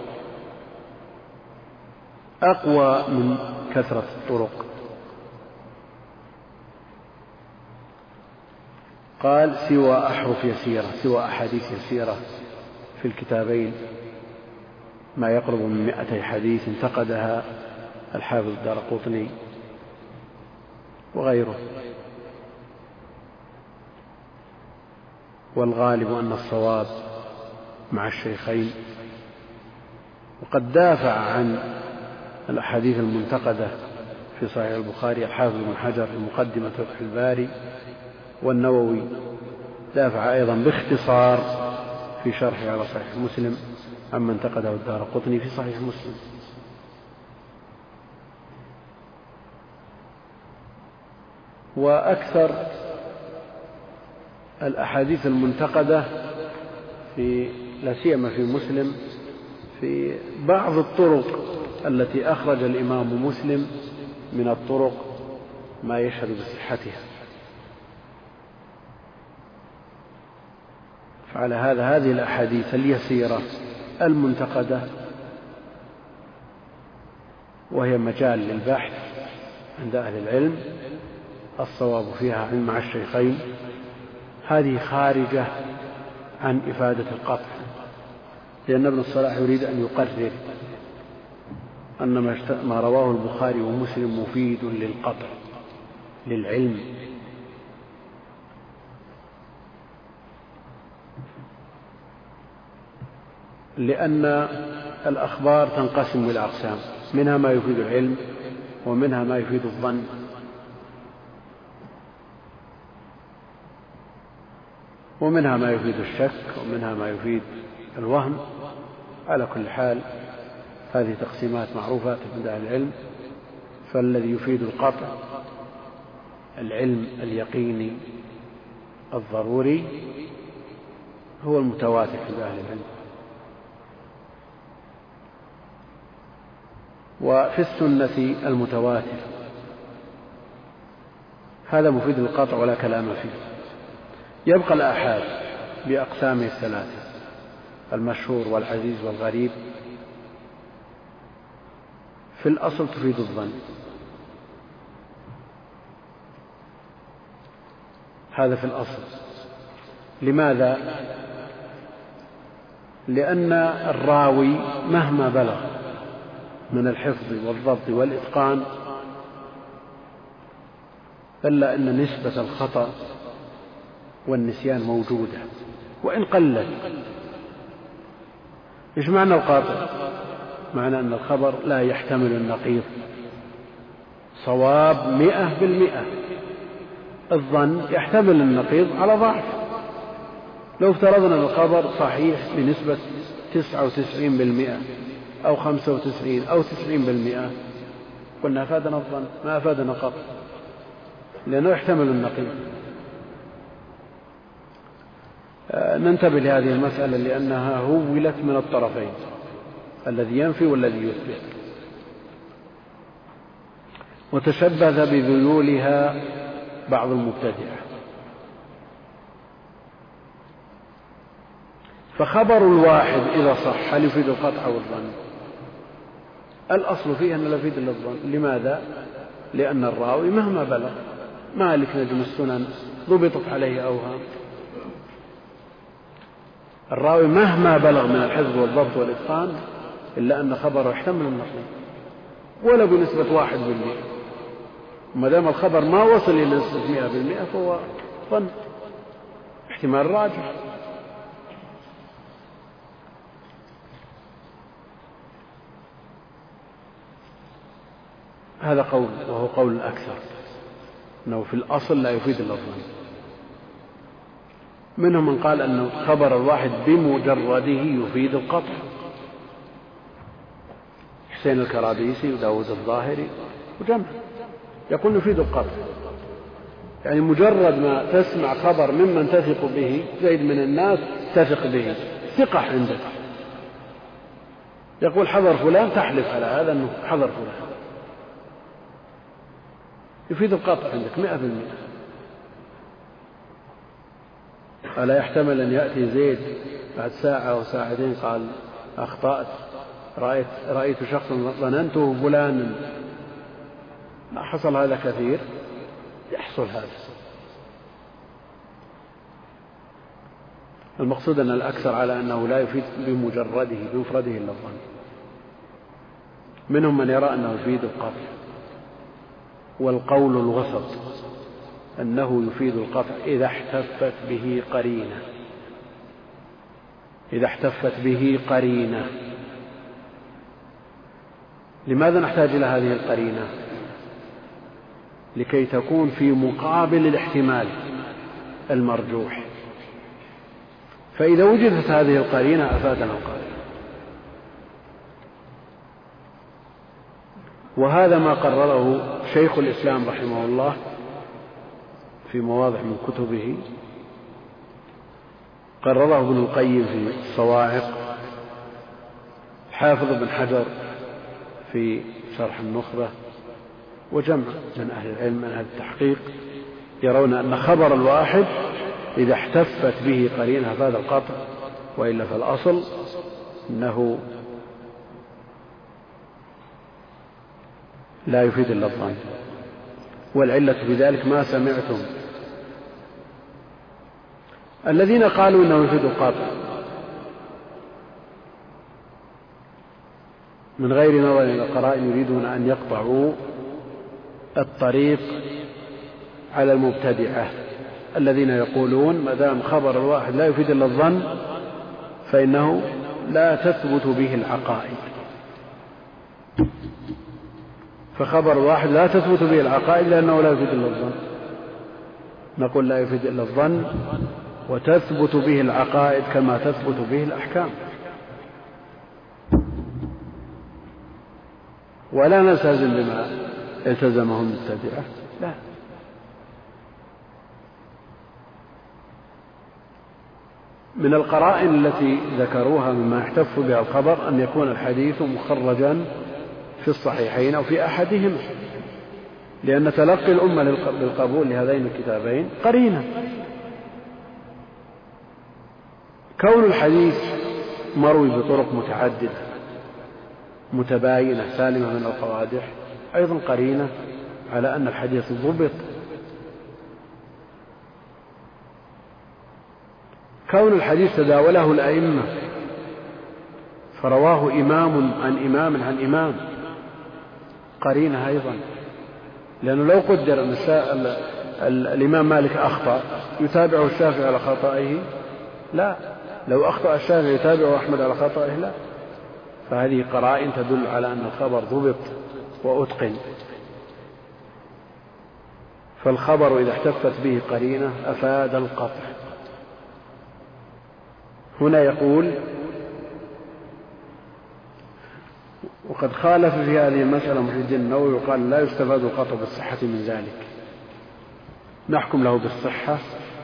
أقوى من كثرة الطرق. قال سوى أحرف يسيرة، سوى أحاديث يسيرة في الكتابين، ما يقرب من مئتي حديث انتقدها الحافظ الدارقطني وغيره. والغالب أن الصواب مع الشيخين. وقد دافع عن الأحاديث المنتقدة في صحيح البخاري الحافظ بن حجر في مقدمة فتح الباري، والنووي دافع أيضا باختصار في شرحه على صحيح مسلم عما انتقده الدارقطني في صحيح مسلم. وأكثر الأحاديث المنتقدة في لا سيما في مسلم في بعض الطرق التي أخرج الإمام مسلم من الطرق ما يشهد بصحتها. فعلى هذا هذه الأحاديث اليسيرة المنتقدة، وهي مجال للبحث عند أهل العلم الصواب فيها مع الشيخين، هذه خارجة عن إفادة القطع، لأن ابن الصلاح يريد أن يقرر أن ما رواه البخاري ومسلم مفيد للقطع للعلم. لأن الأخبار تنقسم إلى أقسام، منها ما يفيد العلم ومنها ما يفيد الظن. ومنها ما يفيد الشك ومنها ما يفيد الوهم. على كل حال هذه تقسيمات معروفة عند أهل العلم. فالذي يفيد القطع العلم اليقيني الضروري هو المتواتر عند أهل العلم. وفي السنة المتواتر هذا مفيد القطع ولا كلام فيه. يبقى الآحاد بأقسامه الثلاثة المشهور والعزيز والغريب. في الأصل تفيد الظن، هذا في الأصل. لماذا؟ لأن الراوي مهما بلغ من الحفظ والضبط والإتقان إلا أن نسبة الخطأ والنسيان موجودة وإن قلت. إيش معنى القاطع؟ معنى أن الخبر لا يحتمل النقيض، صواب مئة بالمئة. الظن يحتمل النقيض على ضعف. لو افترضنا أن الخبر صحيح بنسبة تسعة وتسعين بالمئة أو خمسة وتسعين أو تسعين بالمئة قلنا أفادنا الظن، ما أفادنا قط، لأنه يحتمل النقيض. ننتبه لهذه المسألة لأنها هولت من الطرفين، الذي ينفي والذي يثبت، وتشبث بذيولها بعض المبتدعة. فخبر الواحد إذا صح هل يفيد القطع والظن؟ الأصل فيه أن لا يفيد إلا الظن. لماذا؟ لأن الراوي مهما بلغ، مالك نجم السنن ضبطت عليه أوهام، الراوي مهما بلغ من الحفظ والضبط والإتقان إلا أن خبره يحتمل النقيض ولا بنسبة واحد بالمئة. ما دام الخبر ما وصل إلى نسبة مئة بالمئة فهو ظن، احتمال راجح. هذا قول، وهو قول الأكثر، أنه في الأصل لا يفيد إلا الظن. منهم من قال أن خبر الواحد بمجرده يفيد القطع، حسين الكرابيسي وداود الظاهري وجمع يقول يفيد القطع، يعني مجرد ما تسمع خبر ممن تثق به، زيد من الناس تثق به، ثقة عندك، يقول حضر فلان، تحلف على هذا أنه حضر فلان، يفيد القطع عندك مئة بالمئة. ألا يحتمل أن يأتي زيد بعد ساعة أو ساعتين قال أخطأت، رأيت, رأيت شخصا ظننته فلانا؟ ما حصل هذا كثير، يحصل هذا. المقصود أن الأكثر على أنه لا يفيد بمجرده بمفرده إلا الظن. منهم من يرى أنه يفيد القطع، والقول الوسط أنه يفيد القطع إذا احتفت به قرينة، إذا احتفت به قرينة. لماذا نحتاج إلى هذه القرينة؟ لكي تكون في مقابل الاحتمال المرجوح، فإذا وجدت هذه القرينة أفادنا القرينة. وهذا ما قرره شيخ الإسلام رحمه الله في مواضع من كتبه، قرره ابن القيم في الصواعق، حافظ ابن حجر في شرح النخبة، وجمع من أهل العلم من أهل التحقيق يرون أن خبر الواحد إذا احتفت به قرينة فهذا القطع، وإلا فالأصل أنه لا يفيد إلا الظن. والعلة في ذلك ما سمعتم الذين قالوا أنه يفيد القطع من غير نظر إلى القرائن يريدون أن يقطعوا الطريق على المبتدعة الذين يقولون ما دام خبر الواحد لا يفيد إلا الظن فإنه لا تثبت به العقائد، فخبر الواحد لا تثبت به العقائد لأنه لا يفيد إلا الظن. نقول لا يفيد إلا الظن وتثبت به العقائد كما تثبت به الأحكام. ولا نلتزم بما التزمه المبتدعة، لا. من القرائن التي ذكروها مما يحتف بها الخبر أن يكون الحديث مخرجا في الصحيحين أو في أحدهما، لأن تلقي الأمة بالقبول لهذين الكتابين قرينة. كون الحديث مروي بطرق متعددة متباينة سالمة من القوادح أيضا قرينة على أن الحديث ضبط. كون الحديث تداوله الأئمة فرواه إمام عن إمام عن إمام قرينة أيضا، لأنه لو قدر أن الإمام مالك أخطأ يتابعه الشافعي على خطئه؟ لا. لو أخطأ الشافعي يتابعه أحمد على خطئه؟ لا. فهذه قرائن تدل على أن الخبر ضبط وأتقن. فالخبر إذا احتفت به قرينة أفاد القطع. هنا يقول: وقد خالف في هذه المسألة محي الدين النووي وقال: لا يستفاد القطع بالصحة من ذلك، نحكم له بالصحة،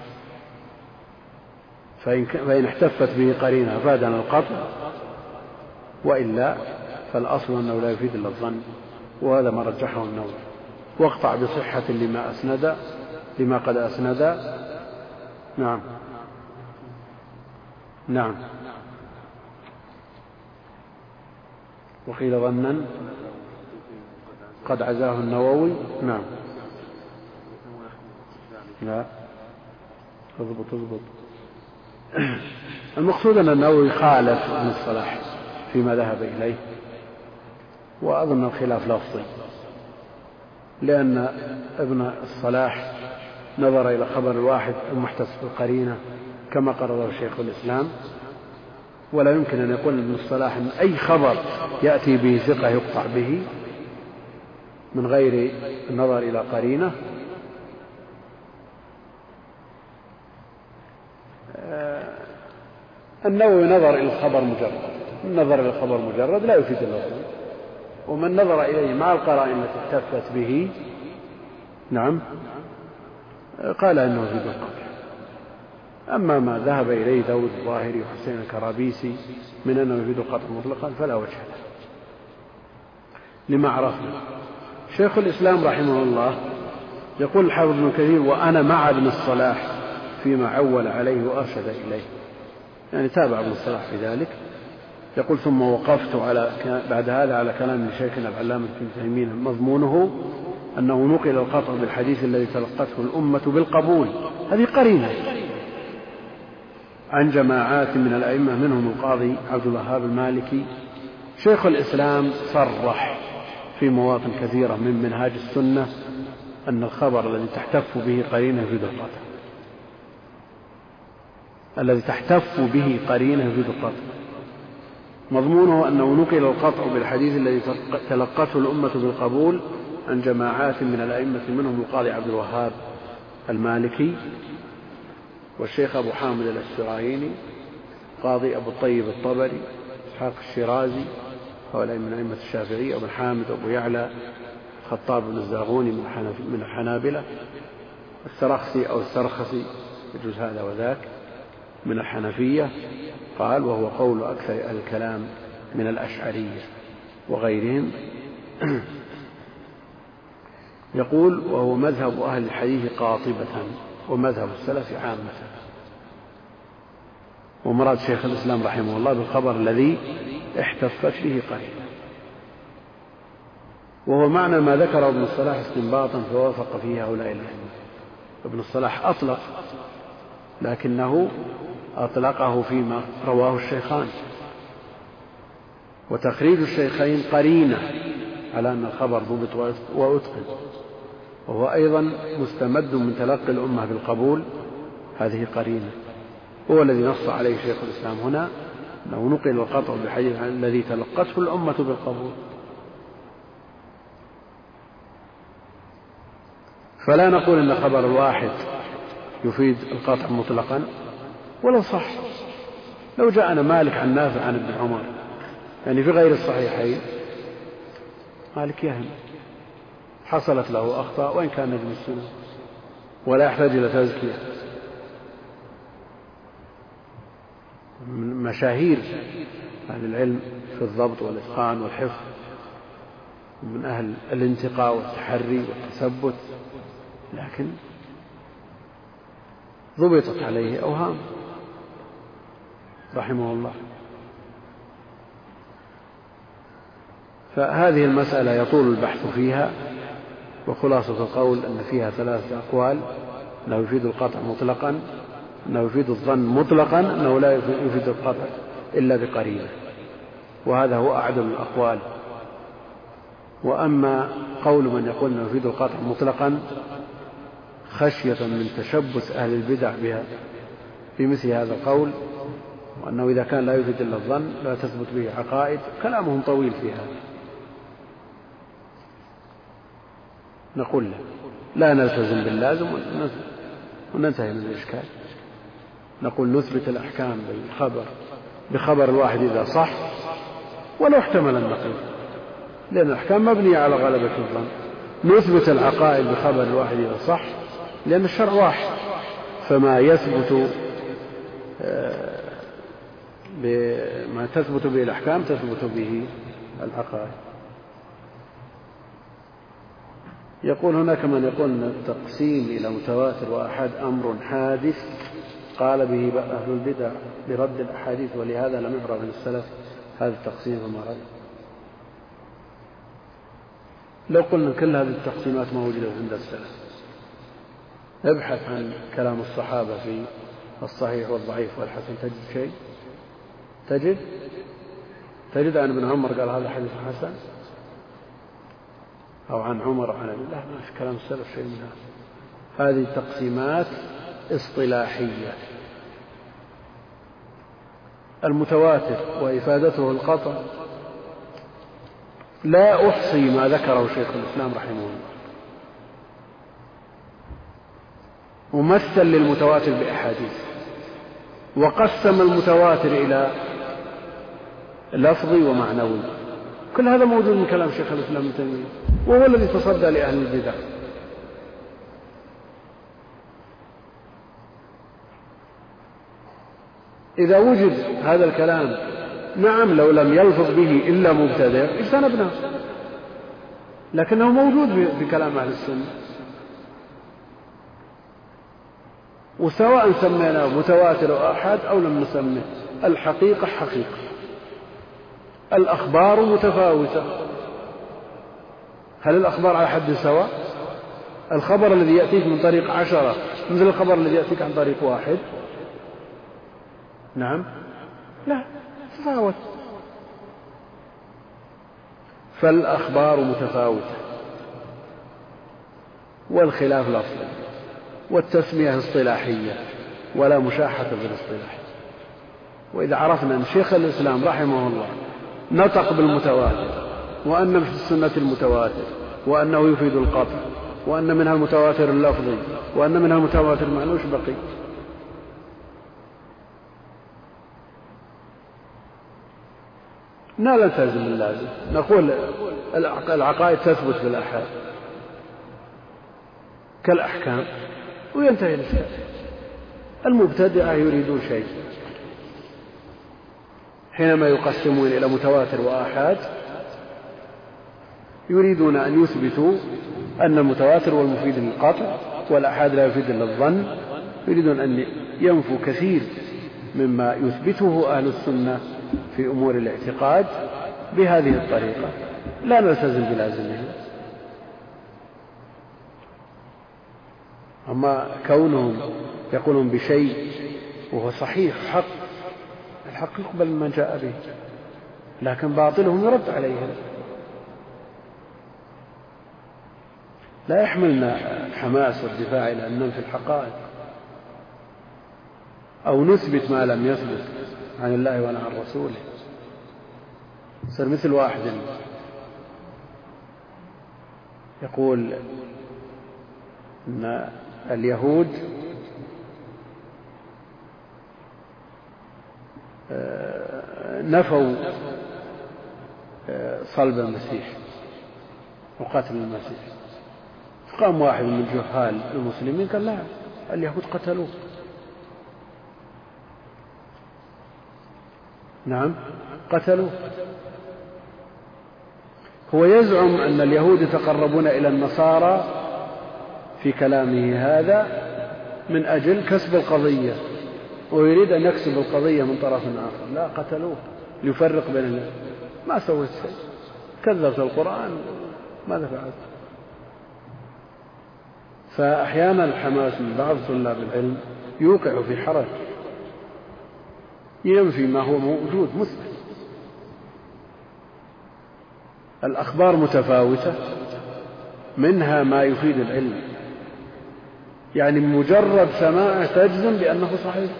فإن, فإن احتفت به قرينة أفادنا القطع، وإلا فالأصل أنه لا يفيد إلا الظن، وهذا ما رجحه النووي. واقطع بصحة لما أسند لما قد أسند. نعم نعم. وقيل ظنا قد عزاه النووي. نعم. لا تضبط تضبط. المقصود أن النووي خالف ابن الصلاح فيما ذهب إليه، وأظن الخلاف لفظي، لأن ابن الصلاح نظر إلى خبر الواحد المحتس بالقرينة كما قرره شيخ الإسلام، ولا يمكن أن يقول ابن الصلاح أن أي خبر يأتي به ثقة يقطع به من غير النظر إلى قرينة. النووي نظر إلى الخبر مجرد، من نظر إلى الخبر مجرد لا يفيد الظن، ومن نظر إليه مع القرائن التي احتفت به نعم قال إنه يفيد القطع. أما ما ذهب إليه داود الظاهري وحسين الكرابيسي من أنه يفيد القطع مطلقا فلا وجه له لما عرفنا. شيخ الإسلام رحمه الله يقول الحافظ ابن كثير: وأنا مع ابن الصلاح فيما عول عليه وأرشد إليه، يعني تابع ابن الصلاح في ذلك. يقول: ثم وقفت على بعد هذا على كلام شيخنا العلامة ابن تيمية مضمونه أنه نقل القطع بالحديث الذي تلقته الأمة بالقبول، هذه قرينة، عن جماعات من الأئمة منهم القاضي عبد الوهاب المالكي. شيخ الإسلام صرح في مواطن كثيرة من منهاج السنة أن الخبر الذي تحتف به قرينة يفيد القطع، الذي تحتف به قرينة يفيد القطع، مضمونه أنه نقل القطع بالحديث الذي تلقته الأمة بالقبول عن جماعات من الأئمة منهم القاضي عبد الوهاب المالكي والشيخ أبو حامد الأسفرايني، قاضي أبو الطيب الطبري، إسحاق الشيرازي، هؤلاء من أئمة الشافعية، أبو حامد أبو يعلى، خطاب بن الزاغوني من الحنابلة، السرخسي أو السرخسي يجوز هذا وذاك من الحنفية. قال: وهو قول أكثر أهل الكلام من الأشعرية وغيرهم. يقول: وهو مذهب أهل الحديث قاطبة ومذهب السلف عامة. ومراد شيخ الإسلام رحمه الله بالخبر الذي احتفت به قرينة، وهو معنى ما ذكره ابن الصلاح استنباطا فوافق فيه هؤلاء الأئمة. ابن الصلاح أطلق، لكنه أطلقه فيما رواه الشيخان، وتخريج الشيخين قرينة على أن الخبر ضبط وأتقن، وهو أيضا مستمد من تلقي الأمة بالقبول، هذه قرينة. هو الذي نص عليه شيخ الإسلام هنا أنه نقل القطع بالحديث الذي تلقته الأمة بالقبول. فلا نقول أن خبر الواحد يفيد القطع مطلقا، ولو صح، لو جاءنا مالك عن نافع عن ابن عمر يعني في غير الصحيحين، مالك يهم حصلت له أخطاء وإن كان نجم السنة ولا يحتاج إلى تزكية. من مشاهير أهل العلم في الضبط والإتقان والحفظ، من أهل الانتقاء والتحري والتثبت، لكن ضبطت عليه أوهام رحمه الله. فهذه المسألة يطول البحث فيها، وخلاصة القول أن فيها ثلاثة أقوال: أنه يفيد القطع مطلقا، أنه يفيد الظن مطلقا، أنه لا يفيد القطع إلا بقرينة، وهذا هو أعدل الأقوال. وأما قول من يقول أنه يفيد القطع مطلقا خشية من تشبث أهل البدع بها بمثل هذا القول، وأنه إذا كان لا يفيد إلا الظن لا تثبت به عقائد، كلامهم طويل في هذا. نقول له لا نلتزم باللازم وننتهي من الإشكال. نقول نثبت الأحكام بالخبر بخبر الواحد إذا صح ولو احتمل النقيض، لأن الأحكام مبنية على غلبة الظن. نثبت العقائد بخبر الواحد إذا صح، لأن الشرع واحد، فما يثبت بما تثبت به الأحكام تثبت به العقائد. يقول هناك من يقول أن التقسيم إلى متواتر وأحاد أمر حادث قال به أهل البدع برد الأحاديث، ولهذا لم يعرف من السلف هذا التقسيم وما رد. لو قلنا كل هذه التقسيمات موجودة عند السلف، ابحث عن كلام الصحابة في الصحيح والضعيف والحسن تجد شيء؟ تجد تجد عن ابن عمر قال هذا حديث حسن، أو عن عمر عن أبي الله، ما في كلام السلف شيء من هذا. هذه تقسيمات اصطلاحية. المتواتر وإفادته القطع لا أحصي ما ذكره شيخ الإسلام رحمه الله، ممثل للمتواتر بأحاديث، وقسم المتواتر إلى لفظي ومعنوي. كل هذا موجود من كلام شيخ الإسلام ابن تيمية، وهو الذي تصدى لأهل البدع. إذا وجد هذا الكلام، نعم لو لم يلفظ به إلا مبتدع اجتنبناه، لكنه موجود في كلام أهل السنة. وسواء سميناه متواتر أو أحاد أو لم نسميه، الحقيقة حقيقة، الأخبار متفاوتة. هل الأخبار على حد سواء؟ الخبر الذي يأتيك من طريق عشرة مثل الخبر الذي يأتيك عن طريق واحد؟ نعم، لا، تفاوت. فالأخبار متفاوتة، والخلاف لفظي، والتسمية اصطلاحية، ولا مشاحة بالاصطلاح. وإذا عرفنا أن شيخ الإسلام رحمه الله نطق بالمتواتر، وأن في السنة المتواتر، وأنه يفيد القطع، وأن منها المتواتر اللفظي، وأن منها المتواتر المعنوي، وش بقي؟ لا نلتزم اللازم، نقول العقائد تثبت بالآحاد كالأحكام وينتهي الإشكال. المبتدعة يريدون شيء حينما يقسمون إلى متواتر وآحاد، يريدون أن يثبتوا أن المتواتر هو المفيد للقطع والآحاد لا يفيد إلا الظن. يريدون أن ينفوا كثير مما يثبته أهل السنة في أمور الاعتقاد بهذه الطريقة، لا نلتزم بلازمه. أما كونهم يقولون بشيء وهو صحيح حق، الحق يقبل ما جاء به، لكن باطلهم يرد عليهم. لا يحملنا حماس والدفاع إلى أن ننفي الحقائق أو نثبت ما لم يثبت عن الله ولا عن رسوله. صار مثل واحد يقول أن اليهود نفوا صلب المسيح وقتل المسيح. فقام واحد من جهال المسلمين قال لا، اليهود قتلوه. نعم قتلوه. هو يزعم أن اليهود يتقربون إلى النصارى في كلامه هذا من أجل كسب القضية، ويريد أن يكسب القضية من طرف آخر. لا، قتلوه ليفرق بين الناس. ما سويت شيء، كذبت القرآن، ماذا فعلت؟ فأحيانا الحماس من بعض طلاب العلم يوقع في حرج، ينفي ما هو موجود مثبت. الأخبار متفاوتة، منها ما يفيد العلم، يعني مجرد سماع تجزم بأنه صحيح.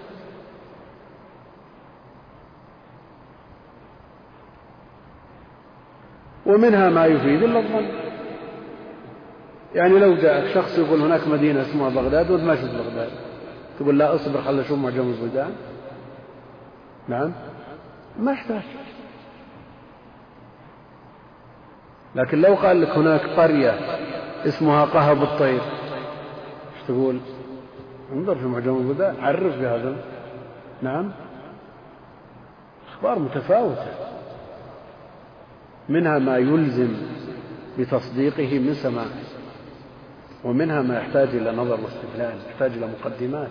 ومنها ما يفيد إلا الظن. يعني لو جاءك شخص يقول هناك مدينة اسمها بغداد وانت ما شفت بغداد، تقول لا اصبر خلنا نشوف معجم البلدان؟ نعم، ما يحتاج. لكن لو قال لك هناك قرية اسمها قهب الطير، ايش تقول؟ انظر في معجم البلدان، عرف بهذا. نعم، اخبار متفاوتة، منها ما يلزم بتصديقه من سماعه، ومنها ما يحتاج إلى نظر واستدلال، يحتاج إلى مقدمات.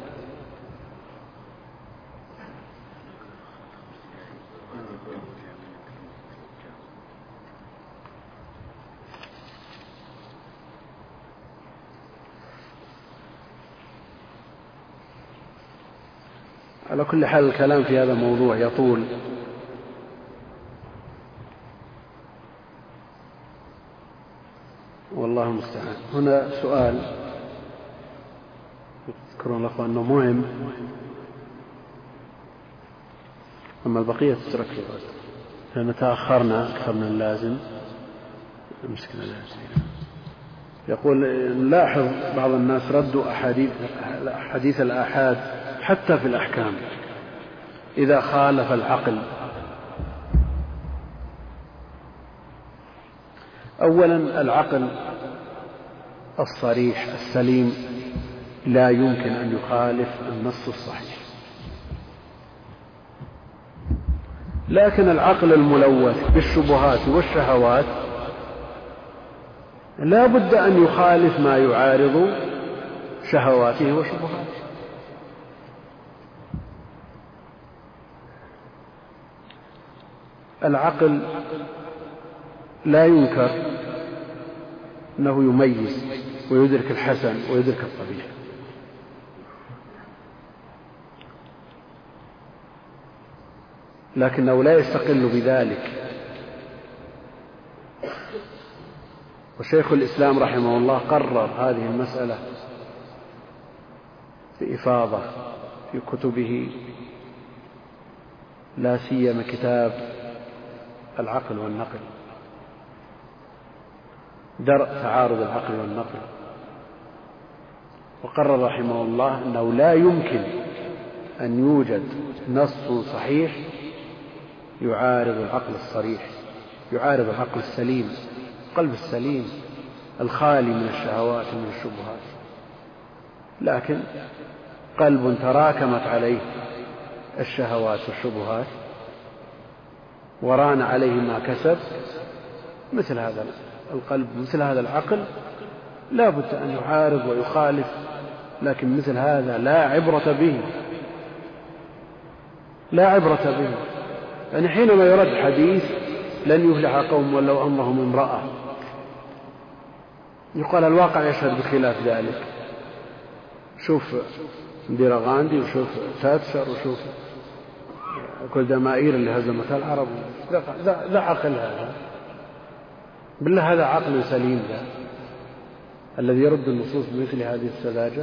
على كل حال الكلام في هذا الموضوع يطول، والله المستعان. هنا سؤال تذكرون الأخوة أنه مهم، أما البقية تترك لغد، لأن تأخرنا أكثر من اللازم. المشكلة لازم. يقول نلاحظ بعض الناس ردوا أحاديث حديث الآحاد حتى في الأحكام إذا خالف العقل. أولا، العقل الصريح السليم لا يمكن أن يخالف النص الصحيح، لكن العقل الملوث بالشبهات والشهوات لا بد أن يخالف ما يعارض شهواته وشبهاته. العقل لا ينكر أنه يميز ويدرك الحسن ويدرك القبيح، لكنه لا يستقل بذلك. وشيخ الإسلام رحمه الله قرر هذه المسألة بإفاضة في كتبه، لا سيما كتاب العقل والنقل، درء تعارض العقل والنقل. وقرر رحمه الله أنه لا يمكن أن يوجد نص صحيح يعارض العقل الصريح، يعارض العقل السليم، القلب السليم الخالي من الشهوات ومن الشبهات. لكن قلب تراكمت عليه الشهوات والشبهات وران عليه ما كسب، مثل هذا القلب مثل هذا العقل لا بد أن يعارض ويخالف، لكن مثل هذا لا عبرة به، لا عبرة به. يعني حينما يرد حديث لن يفلح قوم ولو أمرهم امرأة، يقال الواقع يشهد بخلاف ذلك. شوف انديرا غاندي وشوف تاتشر وشوف كل دمائر اللي هزمت العرب، ذا عقل هذا؟ بالله هذا عقل سليم ذا الذي يرد النصوص بمثل هذه السذاجة؟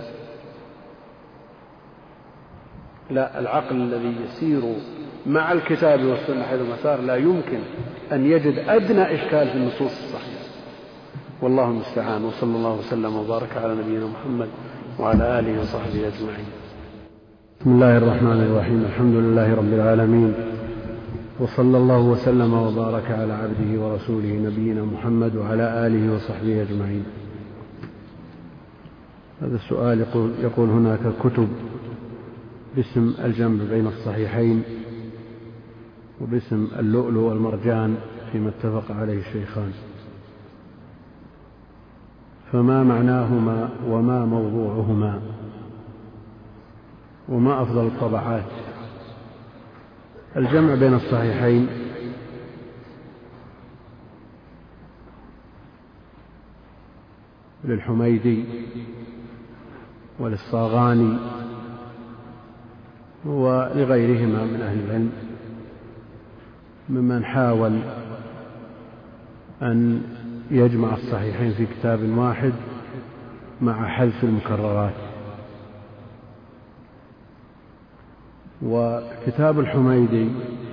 لا، العقل الذي يسير مع الكتاب والسنة حيثما سار لا يمكن أن يجد أدنى إشكال في النصوص الصحيحة. والله المستعان، وصلى الله وسلم وبارك على نبينا محمد وعلى آله وصحبه أجمعين. بسم الله الرحمن الرحيم. الحمد لله رب العالمين، وصلى الله وسلم وبارك على عبده ورسوله نبينا محمد وعلى آله وصحبه أجمعين. هذا السؤال يقول, يقول هناك كتب باسم الجمع بين الصحيحين وباسم اللؤلؤ والمرجان فيما اتفق عليه الشيخان، فما معناهما وما موضوعهما وما أفضل الطبعات؟ الجمع بين الصحيحين للحميدي وللصاغاني ولغيرهما من أهل العلم ممن حاول أن يجمع الصحيحين في كتاب واحد مع حذف المكررات. وكتاب الحميدي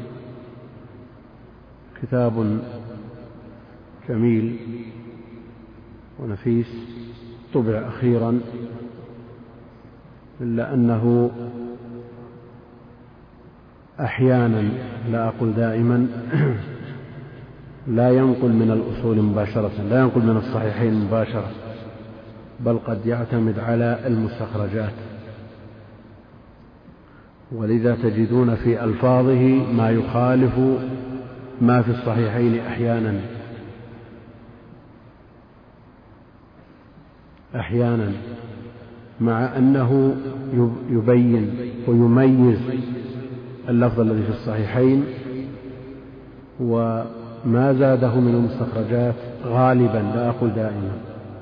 كتاب جميل ونفيس، طبع أخيرا، إلا أنه أحيانا، لا أقول دائما، لا ينقل من الأصول مباشرة، لا ينقل من الصحيحين مباشرة، بل قد يعتمد على المستخرجات، ولذا تجدون في ألفاظه ما يخالف ما في الصحيحين أحيانا أحيانا مع أنه يبين ويميز اللفظ الذي في الصحيحين، وما زاده من المستخرجات غالبا، لا أقول دائما،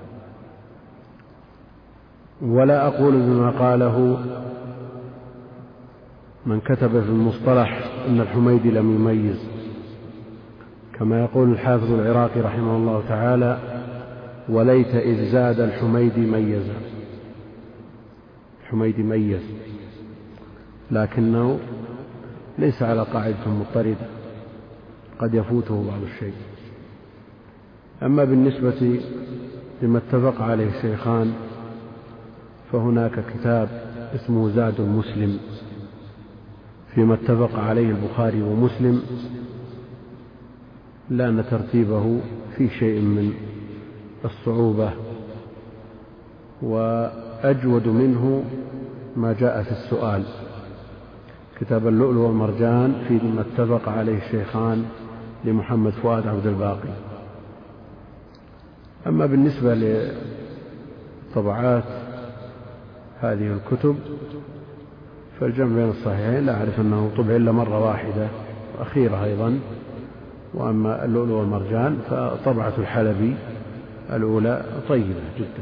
ولا أقول بما قاله من كتب في المصطلح أن الحميدي لم يميز، كما يقول الحافظ العراقي رحمه الله تعالى: وليت إذ زاد الحميدي ميزا. الحميدي ميز، لكنه ليس على قاعدة مضطردة، قد يفوته بعض الشيء. أما بالنسبة لما اتفق عليه الشيخان فهناك كتاب اسمه زاد المسلم فيما اتفق عليه البخاري ومسلم، لأن ترتيبه في شيء من الصعوبة، وأجود منه ما جاء في السؤال، كتاب اللؤلؤ والمرجان فيما اتفق عليه الشيخان لمحمد فؤاد عبد الباقي. أما بالنسبة لطبعات هذه الكتب فالجمع بين الصحيحين لا أعرف أنه طبع إلا مرة واحدة أخيرة أيضا. وأما اللؤلؤ والمرجان فطبعة الحلبي الأولى طيبة جدا.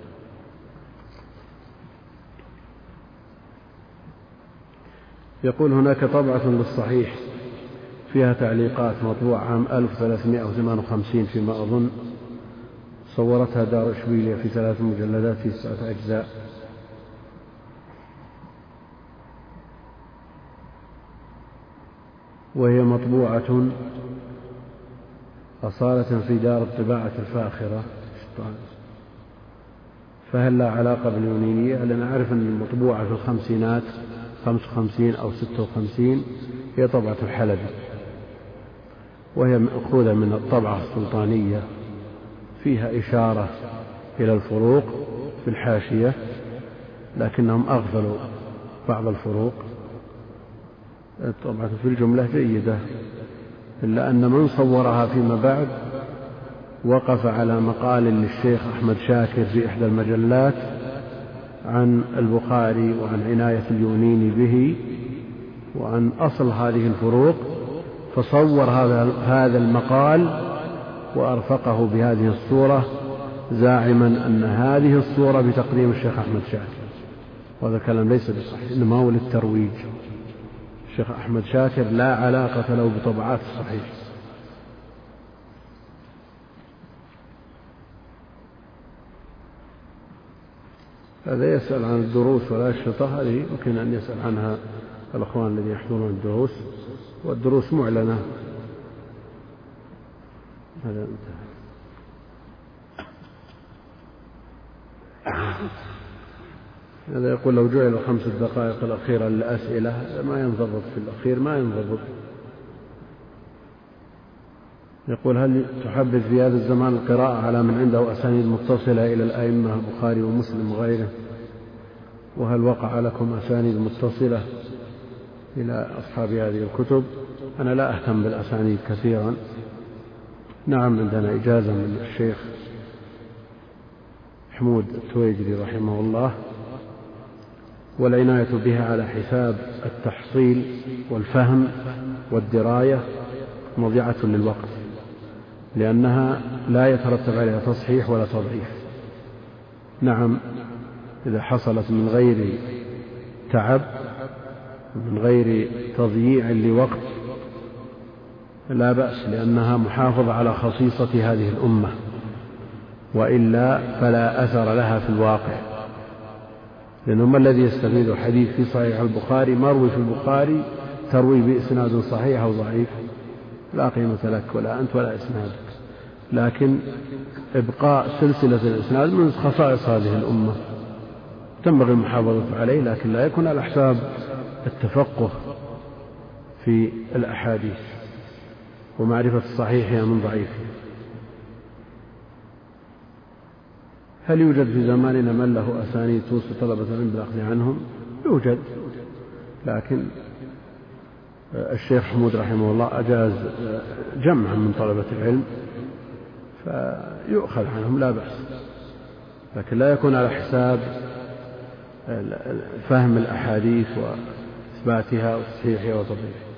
يقول هناك طبعة للصحيح فيها تعليقات مطبوعة عام ألف وثلاثمائة وثمانية وخمسين فيما أظن، صورتها دار إشبيلية في ثلاث مجلدات في تسعة أجزاء، وهي مطبوعة أصالة في دار الطباعة الفاخرة، فهل لا علاقة باليونينية؟ لأن أعرف أن المطبوعة في الخمسينات خمس وخمسين أو ستة وخمسين هي طبعة الحلبي، وهي مأخوذة من الطبعة السلطانية، فيها إشارة إلى الفروق في الحاشية، لكنهم أغفلوا بعض الفروق. طبعا في الجملة جيدة، إلا أن من صورها فيما بعد وقف على مقال للشيخ أحمد شاكر في إحدى المجلات عن البخاري وعن عناية اليونيني به وعن أصل هذه الفروق، فصور هذا هذا المقال وأرفقه بهذه الصورة، زاعما أن هذه الصورة بتقديم الشيخ أحمد شاكر، وهذا الكلام ليس بصحيح، إنما هو للترويج. الشيخ أحمد شاكر لا علاقة له بطبعات الصحيح. هذا يسأل عن الدروس والأشرطة، هذه يمكن أن يسأل عنها الأخوان الذين يحضرون الدروس، والدروس معلنة. هذا انتهى. هذا يقول لو جعل الخمس الدقائق الأخيرة للأسئلة ما ينضبط في الأخير ما ينضبط. يقول هل تحبذ في هذا الزمان القراءة على من عنده أسانيد متصلة إلى الأئمة البخاري ومسلم وغيره؟ وهل وقع لكم أسانيد متصلة إلى أصحاب هذه الكتب؟ أنا لا أهتم بالأسانيد كثيرا. نعم عندنا إجازة من الشيخ حمود التويجري رحمه الله، والعناية بها على حساب التحصيل والفهم والدراية مضيعة للوقت، لأنها لا يترتب عليها تصحيح ولا تضعيف. نعم إذا حصلت من غير تعب من غير تضييع لوقت لا بأس، لأنها محافظة على خصيصة هذه الأمة، وإلا فلا أثر لها في الواقع. لأنه ما الذي يستفيد حديث في صحيح البخاري مروي في البخاري تروي بإسناد صحيح أو ضعيف؟ لا قيمة لك ولا أنت ولا إسنادك. لكن إبقاء سلسلة الإسناد من خصائص هذه الأمة تنبغي المحافظة عليه، لكن لا يكون على حساب التفقه في الأحاديث ومعرفة الصحيح من ضعيفه. هل يوجد في زماننا من له أسانيد توصي طلبة العلم بالأخذ عنهم؟ يوجد، لكن الشيخ حمود رحمه الله أجاز جمعا من طلبة العلم فيؤخذ عنهم لا بأس، لكن لا يكون على حساب فهم الأحاديث وإثباتها وتصحيحها وتضعيفها.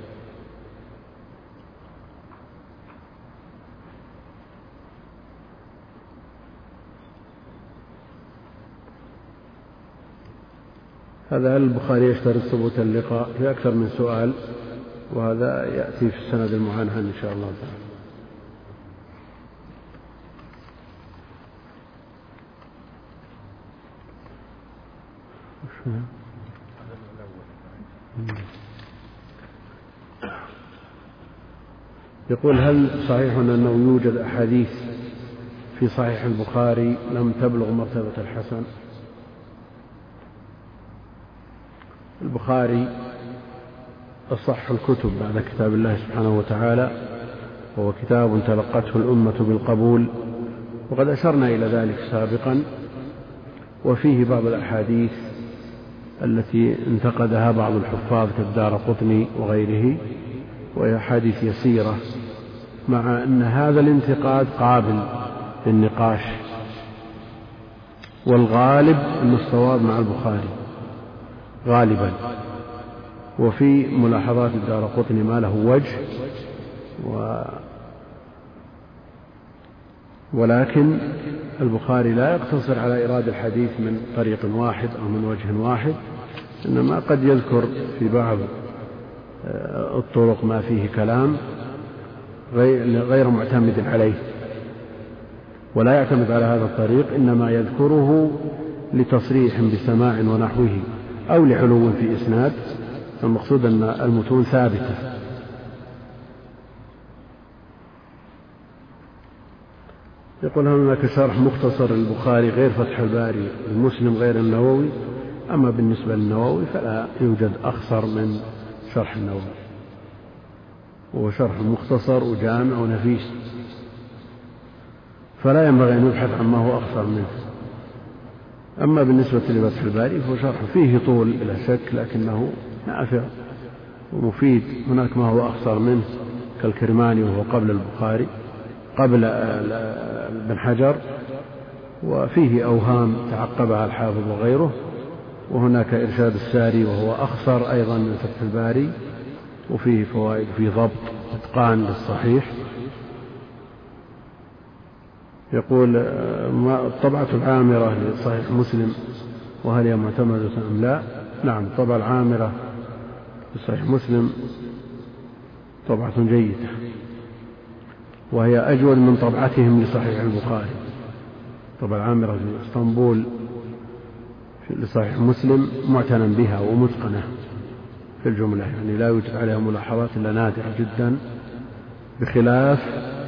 هذا هل البخاري يشترط ثبوت اللقاء؟ في أكثر من سؤال، وهذا يأتي في السند المعنى إن شاء الله تعالى. يقول هل صحيح أنه يوجد أحاديث في صحيح البخاري لم تبلغ مرتبة الحسن؟ البخاري أصح الكتب بعد كتاب الله سبحانه وتعالى، وهو كتاب تلقته الأمة بالقبول، وقد أشرنا إلى ذلك سابقا. وفيه بعض الأحاديث التي انتقدها بعض الحفاظ كالدارقطني وغيره، وهي أحاديث يسيرة، مع أن هذا الانتقاد قابل للنقاش، والغالب أن الصواب مع البخاري غالبا. وفي ملاحظات الدارقطني ما له وجه، و ولكن البخاري لا يقتصر على إيراد الحديث من طريق واحد أو من وجه واحد، إنما قد يذكر في بعض الطرق ما فيه كلام غير معتمد عليه، ولا يعتمد على هذا الطريق، إنما يذكره لتصريح بسماع ونحوه أو لعلو في إسناد. المقصود أن المتون ثابتة. يقول هل هناك شرح مختصر للبخاري غير فتح الباري، المسلم غير النووي؟ أما بالنسبة للنووي فلا يوجد أخصر من شرح النووي، وهو شرح مختصر وجامع ونفيس، فلا ينبغي أن يبحث عن ما هو أخصر منه. أما بالنسبة لفتح الباري فهو شرح فيه طول بلا شك، لكنه نافع ومفيد. هناك ما هو أخصر منه كالكرماني وهو قبل البخاري قبل ابن حجر، وفيه أوهام تعقبها الحافظ وغيره. وهناك إرشاد الساري وهو أخصر أيضا من فتح الباري، وفيه فوائد في ضبط إتقان للصحيح. يقول الطبعة العامرة لصحيح مسلم وهل هي معتمدة أم لا؟ نعم، الطبعة العامرة لصحيح مسلم طبعة جيدة، وهي أجود من طبعتهم لصحيح البخاري. الطبعة العامرة في اسطنبول لصحيح مسلم معتنى بها ومتقنة في الجملة، يعني لا يوجد عليها ملاحظات إلا نادرة جدا، بخلاف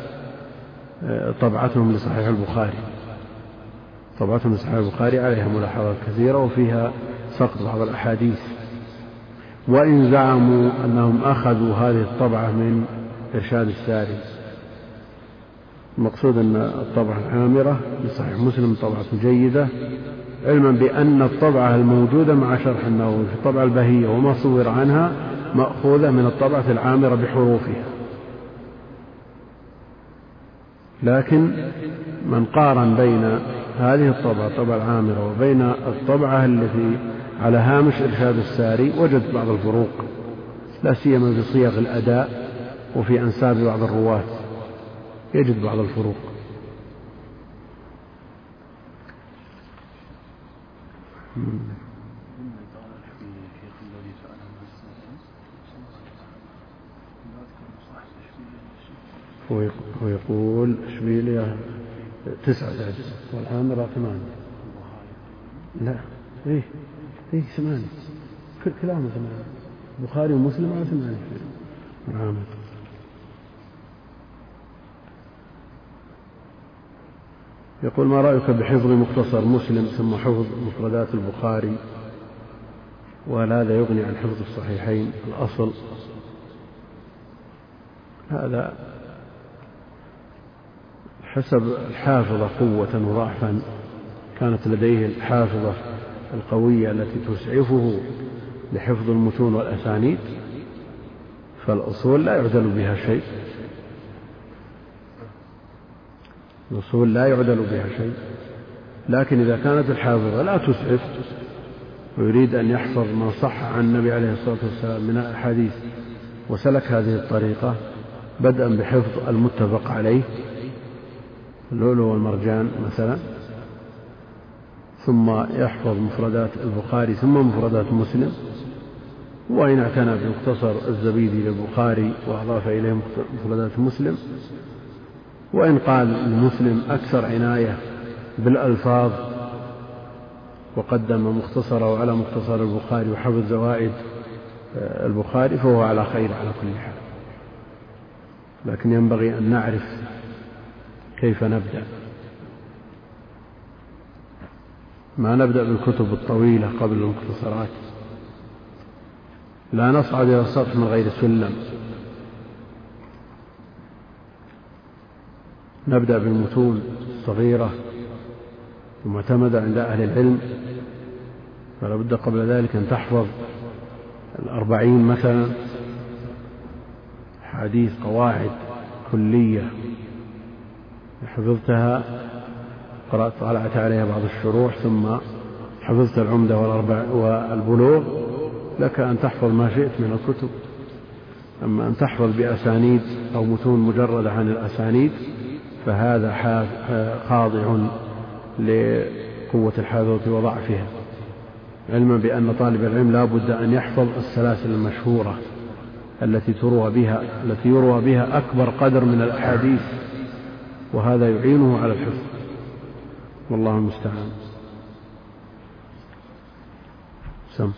طبعتهم لصحيح البخاري. طبعتهم لصحيح البخاري عليها ملاحظات كثيرة وفيها سقط بعض الأحاديث. وإن زعموا أنهم أخذوا هذه الطبعة من إرشاد الساري، المقصود أن الطبعة العامرة لصحيح مسلم طبعة جيدة، علما بأن الطبعة الموجودة مع شرح النووي في الطبعة البهية وما صور عنها مأخوذة من الطبعة العامرة بحروفها. لكن من قارن بين هذه الطبعة الطبعة العامرة وبين الطبعة التي على هامش إرشاد الساري وجد بعض الفروق، لا سيما في صيغ الأداء وفي أنساب بعض الرواة يجد بعض الفروق. ويقول إشبيلية تسعة أجزاء والعامرة ثمانية. لا إيه إيه ثمانية، كل كلامه ثمانية، البخاري ومسلم على ثمانية العامرة. يقول ما رأيك بحفظ مختصر مسلم ثم حفظ مفردات البخاري، وهل هذا يغني عن حفظ الصحيحين؟ الأصل هذا حسب الحافظة قوة وضعفا، كانت لديه الحافظة القوية التي تسعفه لحفظ المتون والأسانيد فالأصول لا يعدل بها شيء، الأصول لا يعدل بها شيء. لكن إذا كانت الحافظة لا تسعف ويريد أن يحفظ ما صح عن النبي عليه الصلاة والسلام من الأحاديث وسلك هذه الطريقة بدءا بحفظ المتفق عليه اللؤلؤ والمرجان مثلا، ثم يحفظ مفردات البخاري ثم مفردات مسلم، وإن اعتنى بمختصر الزبيدي للبخاري وأضاف إليه مفردات مسلم، وإن قال المسلم أكثر عناية بالألفاظ وقدم مختصره على مختصر البخاري وحفظ زوائد البخاري فهو على خير على كل حال. لكن ينبغي أن نعرف كيف نبدأ، ما نبدأ بالكتب الطويلة قبل المختصرات، لا نصعد إلى السطح من غير سلم، نبدأ بالمتون الصغيرة المعتمدة عند أهل العلم، فلا بد قبل ذلك أن تحفظ الأربعين مثلا، حديث قواعد كلية حفظتها قرأت طلعت عليها بعض الشروح ثم حفظت العمدة والأربع والبلوغ، لك أن تحفظ ما شئت من الكتب. أما أن تحفظ بأسانيد أو متون مجردة عن الأسانيد فهذا خاضع لقوة الحافظة وضعفها، علما بأن طالب العلم لا بد أن يحفظ السلاسل المشهورة التي تروى بها التي يروى بها أكبر قدر من الأحاديث، وهذا يعينه على الحفظ، والله المستعان. سم.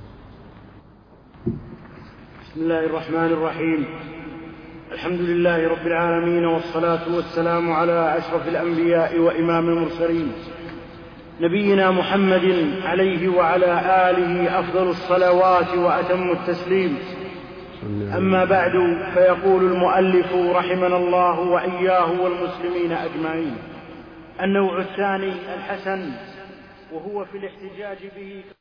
بسم الله الرحمن الرحيم، الحمد لله رب العالمين، والصلاة والسلام على أشرف الأنبياء وإمام المرسلين نبينا محمد عليه وعلى آله أفضل الصلوات وأتم التسليم. أما بعد، فيقول المؤلف رحمنا الله وإياه والمسلمين أجمعين: النوع الثاني الحسن، وهو في الاحتجاج به